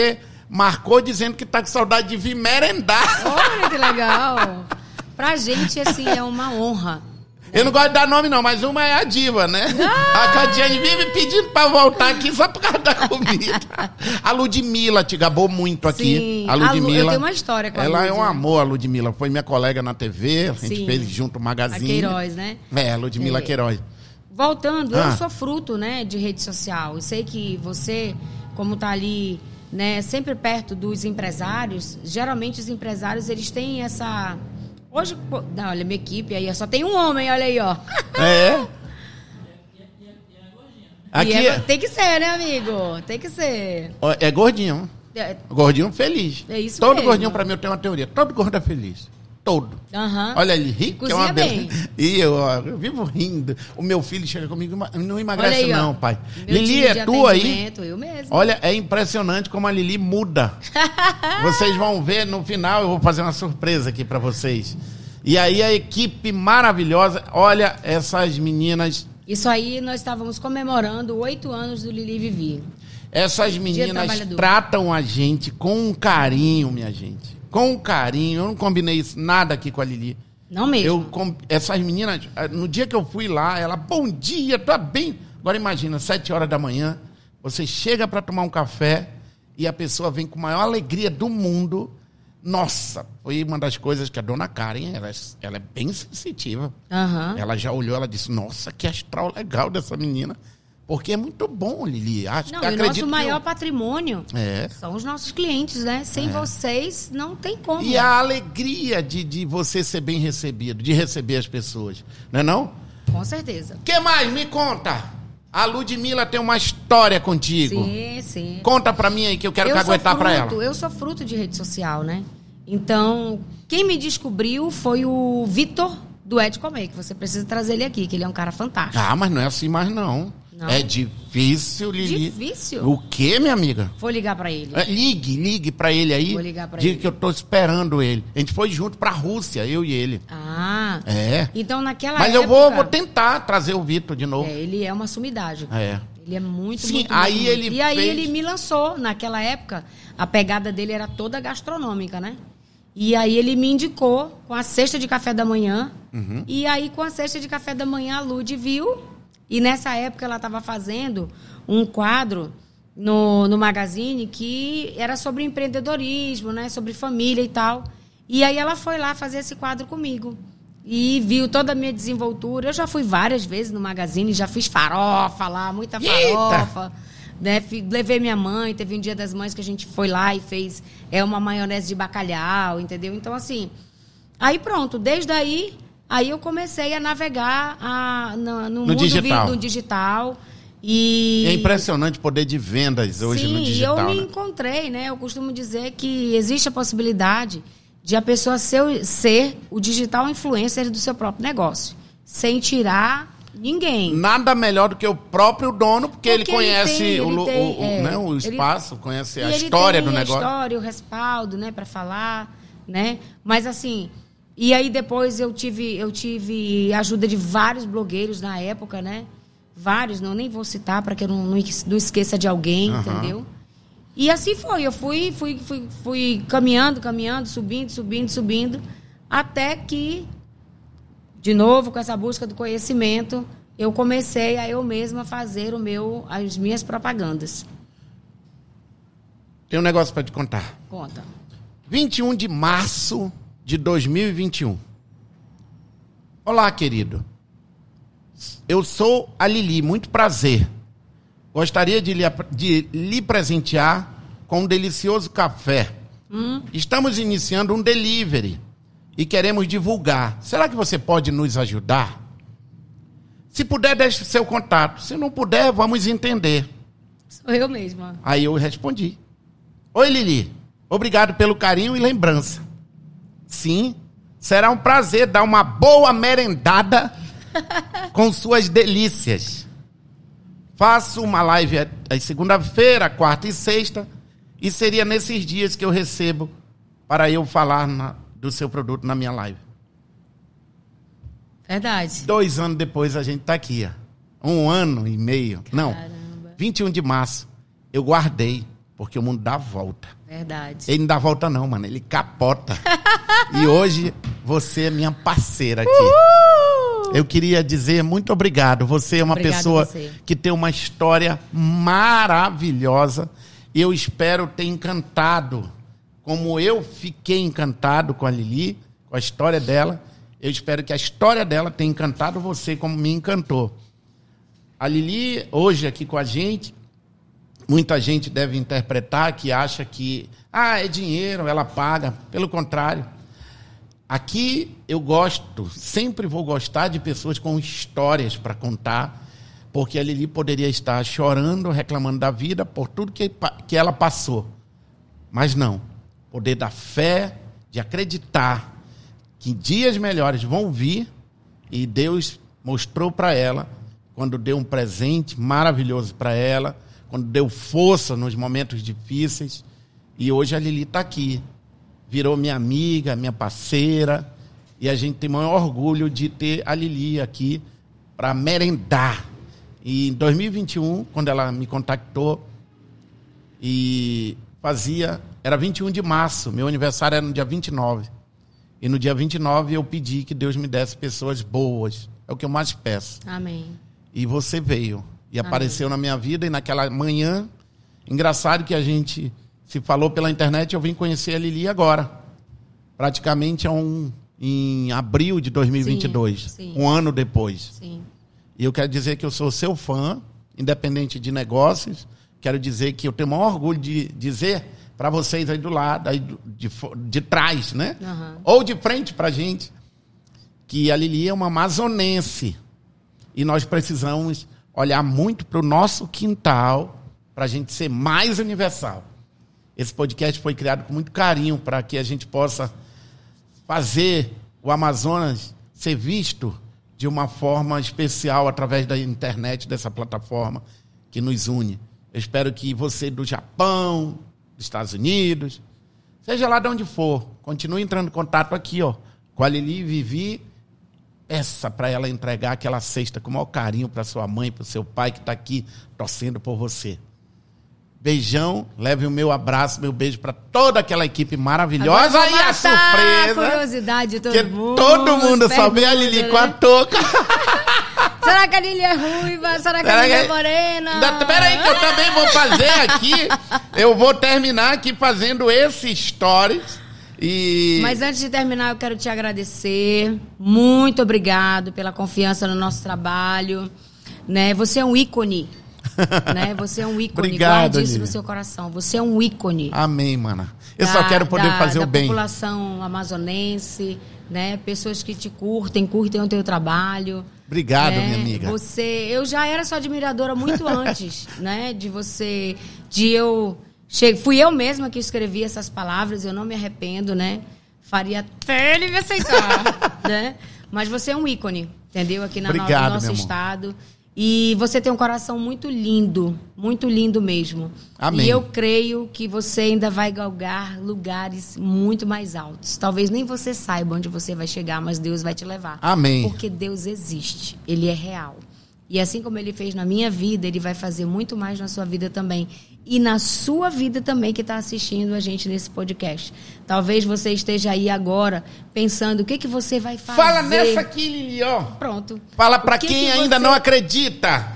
marcou dizendo que tá com saudade de vir merendar. Olha que legal. Pra gente, assim, é uma honra. Eu não gosto de dar nome, não, mas uma é a diva, né? Ah! A Catiane vive pedindo pra voltar aqui só por causa da comida. A Ludmilla te gabou muito aqui. Sim. A Ludmilla. Eu tenho uma história com a Ela Lud, é um né? amor, a Ludmilla. Foi minha colega na T V, a gente Sim. fez junto o Magazine. A Queiroz, né? É, a Ludmilla É. Queiroz. Voltando, Ah. eu sou fruto, né, de rede social. Eu sei que você, como tá ali, né, sempre perto dos empresários, geralmente os empresários, eles têm essa... Hoje, pô, não, olha, minha equipe aí, só tem um homem, olha aí, ó. É? Aqui E é- é, tem que ser, né, amigo? Tem que ser. ó, é gordinho. É, Gordinho feliz. É isso Todo mesmo. gordinho, pra mim, eu tenho uma teoria. Todo gordo é feliz. Todo. aham. Olha ele, rico, que é uma Cozinha bem. beleza. E eu, ó, eu vivo rindo. O meu filho chega comigo, não emagrece Olha aí, ó. não, pai. Meu Lili, time de é tua aí? atendimento, Eu mesmo. Olha, é impressionante como a Lili muda. Vocês vão ver no final, eu vou fazer uma surpresa aqui pra vocês. E aí a equipe maravilhosa, olha essas meninas, Isso aí, nós estávamos comemorando oito anos do Lili Vivi. essas meninas trabalhador. tratam a gente com um carinho, minha gente. Com um carinho, eu não combinei isso, nada aqui com a Lili. Não mesmo. Eu, com- essas meninas, no dia que eu fui lá, ela, bom dia, tá bem? Agora imagina, sete horas da manhã, você chega para tomar um café e a pessoa vem com a maior alegria do mundo. Nossa, foi uma das coisas que a dona Karen, ela, ela é bem sensitiva. Aham. Ela já olhou, ela disse, nossa, que astral legal dessa menina. Porque é muito bom, Lili. Acho, Não, que e o acredito nosso que maior eu- patrimônio É. são os nossos clientes, né? Sem vocês, não tem como. E a alegria de, de você ser bem recebido, de receber as pessoas. Não é não? Com certeza. O que mais? Me conta. A Ludmilla tem uma história contigo. Sim, sim. Conta pra mim aí que eu quero eu caguetar sou pra fruto, ela. Eu sou fruto de rede social, né? Então, quem me descobriu foi o Vitor do Ed Comer, que você precisa trazer ele aqui, que ele é um cara fantástico. Ah, mas não é assim mais não. Não. É difícil, Lili. Difícil? O quê, minha amiga? Vou ligar pra ele. É, ligue, ligue pra ele aí. Vou ligar pra Diga ele. que eu tô esperando ele. A gente foi junto pra Rússia, eu e ele. Ah. É. Então, naquela Mas época... eu vou, vou tentar trazer o Vitor de novo. É, ele é uma sumidade. É. Ele é muito, Sim, muito, aí muito, ele muito. E aí fez- ele me lançou. Naquela época, a pegada dele era toda gastronômica, né? E aí ele me indicou com a cesta de café da manhã. Uhum. E aí, com a cesta de café da manhã, a Lud viu. E nessa época ela estava fazendo um quadro no, no Magazine que era sobre empreendedorismo, né? Sobre família e tal. E aí ela foi lá fazer esse quadro comigo. E viu toda a minha desenvoltura. Eu já fui várias vezes no Magazine, já fiz farofa lá, muita Eita! farofa. Né? Fi- Levei minha mãe, teve um Dia das Mães que a gente foi lá e fez é, uma maionese de bacalhau, entendeu? Então, assim, aí pronto, desde aí, aí eu comecei a navegar a, no, no, mundo digital. vi- do digital. E É impressionante o poder de vendas hoje Sim, no digital. eu me né? encontrei, né? Eu costumo dizer que existe a possibilidade de a pessoa ser, ser o digital influencer do seu próprio negócio, sem tirar ninguém. Nada melhor do que o próprio dono, porque, ele Porque ele conhece tem- o, ele lu- tem, o- o- é, né, o ele- espaço, conhece E a ele história tem do a negócio. história, o respaldo, né, para falar, né? Mas assim, e aí depois eu tive, eu tive ajuda de vários blogueiros na época, né? Vários, não nem vou citar para que eu não, não es- não esqueça de alguém, Aham. entendeu? E assim foi, eu fui, fui, fui, fui caminhando, caminhando, subindo, subindo, subindo, até que, de novo, com essa busca do conhecimento, eu comecei a eu mesma fazer o meu, as minhas propagandas. Tem um negócio para te contar. Conta. vinte e um de março de dois mil e vinte e um. Olá, querido. Eu sou a Lili, muito prazer. Gostaria de lhe, ap- de lhe presentear com um delicioso café. Hum? Estamos iniciando um delivery e queremos divulgar. Será que você pode nos ajudar? Se puder, deixe seu contato. Se não puder, vamos entender. Sou eu mesma. Aí eu respondi. Oi, Lili. Obrigado pelo carinho e lembrança. Sim, será um prazer dar uma boa merendada com suas delícias. Faço uma live às segunda-feira, quarta e sexta, e seria nesses dias que eu recebo para eu falar na- do seu produto na minha live. Verdade. Dois anos depois a gente tá aqui, ó. Um ano e meio. Não, Caramba. vinte e um de março. Eu guardei. Porque o mundo dá volta. Verdade. Ele não dá volta não, mano. Ele capota. E hoje você é minha parceira aqui. Uhul! Eu queria dizer muito obrigado. Você é uma Obrigado pessoa você. que tem uma história maravilhosa. E eu espero ter encantado, como eu fiquei encantado com a Lili, com a história dela. Eu espero que a história dela tenha encantado você como me encantou. A Lili, hoje aqui com a gente, muita gente deve interpretar que acha que ah, é dinheiro, ela paga. Pelo contrário. Aqui eu gosto, sempre vou gostar de pessoas com histórias para contar, porque a Lili poderia estar chorando, reclamando da vida por tudo que, que ela passou. Mas não. Poder da fé, de acreditar que dias melhores vão vir, e Deus mostrou para ela, quando deu um presente maravilhoso para ela, quando deu força nos momentos difíceis, e hoje a Lili está aqui, virou minha amiga, minha parceira, e a gente tem o maior orgulho de ter a Lili aqui para merendar. E em dois mil e vinte e um, quando ela me contactou, e fazia, era vinte e um de março, meu aniversário era no dia vinte e nove, e no dia vinte e nove eu pedi que Deus me desse pessoas boas, é o que eu mais peço. Amém. E você veio, e Amém. Apareceu na minha vida, e naquela manhã, engraçado que a gente se falou pela internet, eu vim conhecer a Lili agora, praticamente é um, em abril de dois mil e vinte e dois, sim, sim. Um ano depois. Sim. E eu quero dizer que eu sou seu fã, independente de negócios, quero dizer que eu tenho o maior orgulho de dizer para vocês aí do lado, aí de, de trás, né? Uhum. Ou de frente para a gente, que a Lili é uma amazonense. E nós precisamos olhar muito para o nosso quintal para a gente ser mais universal. Esse podcast foi criado com muito carinho para que a gente possa fazer o Amazonas ser visto de uma forma especial através da internet, dessa plataforma que nos une. Eu espero que você do Japão, dos Estados Unidos, seja lá de onde for, continue entrando em contato aqui, ó, com a Lili Vivi. Peça para ela entregar aquela cesta com o maior carinho para sua mãe, para o seu pai que está aqui torcendo por você. Beijão, leve o meu abraço, meu beijo para toda aquela equipe maravilhosa. E a surpresa, a curiosidade de todo que mundo. todo mundo só vê a Lili, né, com a touca. Será que a Lili é ruiva? Será que Será a Lili que... é morena? Espera aí que eu também vou fazer aqui. Eu vou terminar aqui fazendo esse stories. E... Mas antes de terminar, eu quero te agradecer. Muito obrigado pela confiança no nosso trabalho. Né? Você é um ícone. Né? Você é um ícone. Obrigado, guarde isso Lili. no seu coração. Você é um ícone. Amém, mana. Eu da, só quero poder da, fazer da o bem. Da população amazonense, né? Pessoas que te curtem, curtem o teu trabalho. Obrigado, né? minha amiga. Você, eu já era sua admiradora muito antes, né? De você, de eu... Cheguei, fui eu mesma que escrevi essas palavras, eu não me arrependo, né? Faria até ele me aceitar, né? Mas você é um ícone, entendeu? Aqui na Obrigado, no nosso meu amor. estado. E você tem um coração muito lindo, muito lindo mesmo. Amém. E eu creio que você ainda vai galgar lugares muito mais altos. Talvez nem você saiba onde você vai chegar, mas Deus vai te levar. Amém. Porque Deus existe, Ele é real. E assim como Ele fez na minha vida, Ele vai fazer muito mais na sua vida também. E na sua vida também, que está assistindo a gente nesse podcast. Talvez você esteja aí agora pensando o que, que você vai fazer. Fala nessa aqui, Lili, ó. Pronto. Fala para que quem que ainda você... não acredita.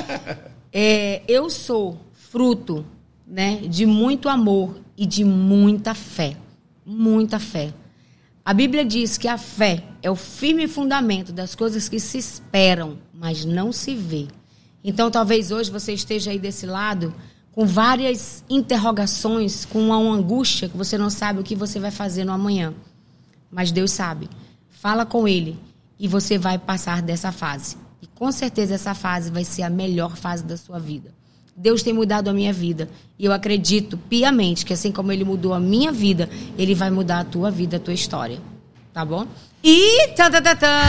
É, eu sou fruto, né, de muito amor e de muita fé. Muita fé. A Bíblia diz que a fé é o firme fundamento das coisas que se esperam, mas não se vê. Então, talvez hoje você esteja aí desse lado com várias interrogações, com uma angústia que você não sabe o que você vai fazer no amanhã. Mas Deus sabe. Fala com Ele e você vai passar dessa fase. E com certeza essa fase vai ser a melhor fase da sua vida. Deus tem mudado a minha vida. E eu acredito piamente que assim como Ele mudou a minha vida, Ele vai mudar a tua vida, a tua história. Tá bom? E... Tã, tã, tã, tã.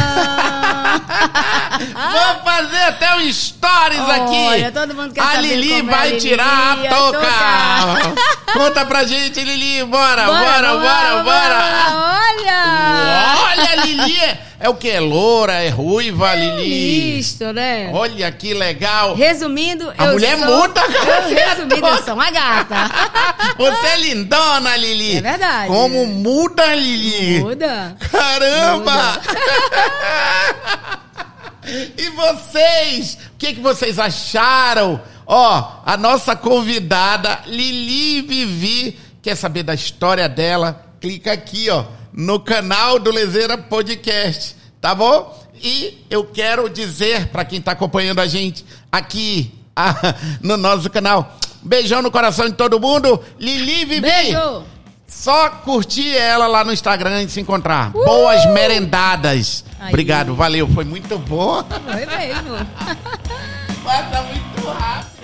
Vou fazer até um stories Olha, aqui. todo mundo quer a saber Lili como é vai a Lili, tirar a touca. Conta pra gente, Lili. Bora, Bora, bora, vamos bora, lá, bora. vamos lá, olha! Olha, Lili. É o que? É loura, é ruiva, Lili? Misto, né? Olha que legal. Resumindo, A eu mulher sou... muda, cara. Eu, resumindo, eu sou uma gata. Você é lindona, Lili. É verdade. Como muda, Lili. Muda. Caramba. E vocês? O que, que vocês acharam? Ó, a nossa convidada, Lili Vivi, quer saber da história dela? Clica aqui, ó, no canal do Lezeira Podcast, tá bom? E eu quero dizer para quem tá acompanhando a gente aqui ah, no nosso canal, beijão no coração de todo mundo. Lili Vivi. Beijo. Só curtir ela lá no Instagram e se encontrar. Uh! Boas merendadas. Aí. Obrigado, valeu. Foi muito bom. Foi mesmo. Passa muito rápido.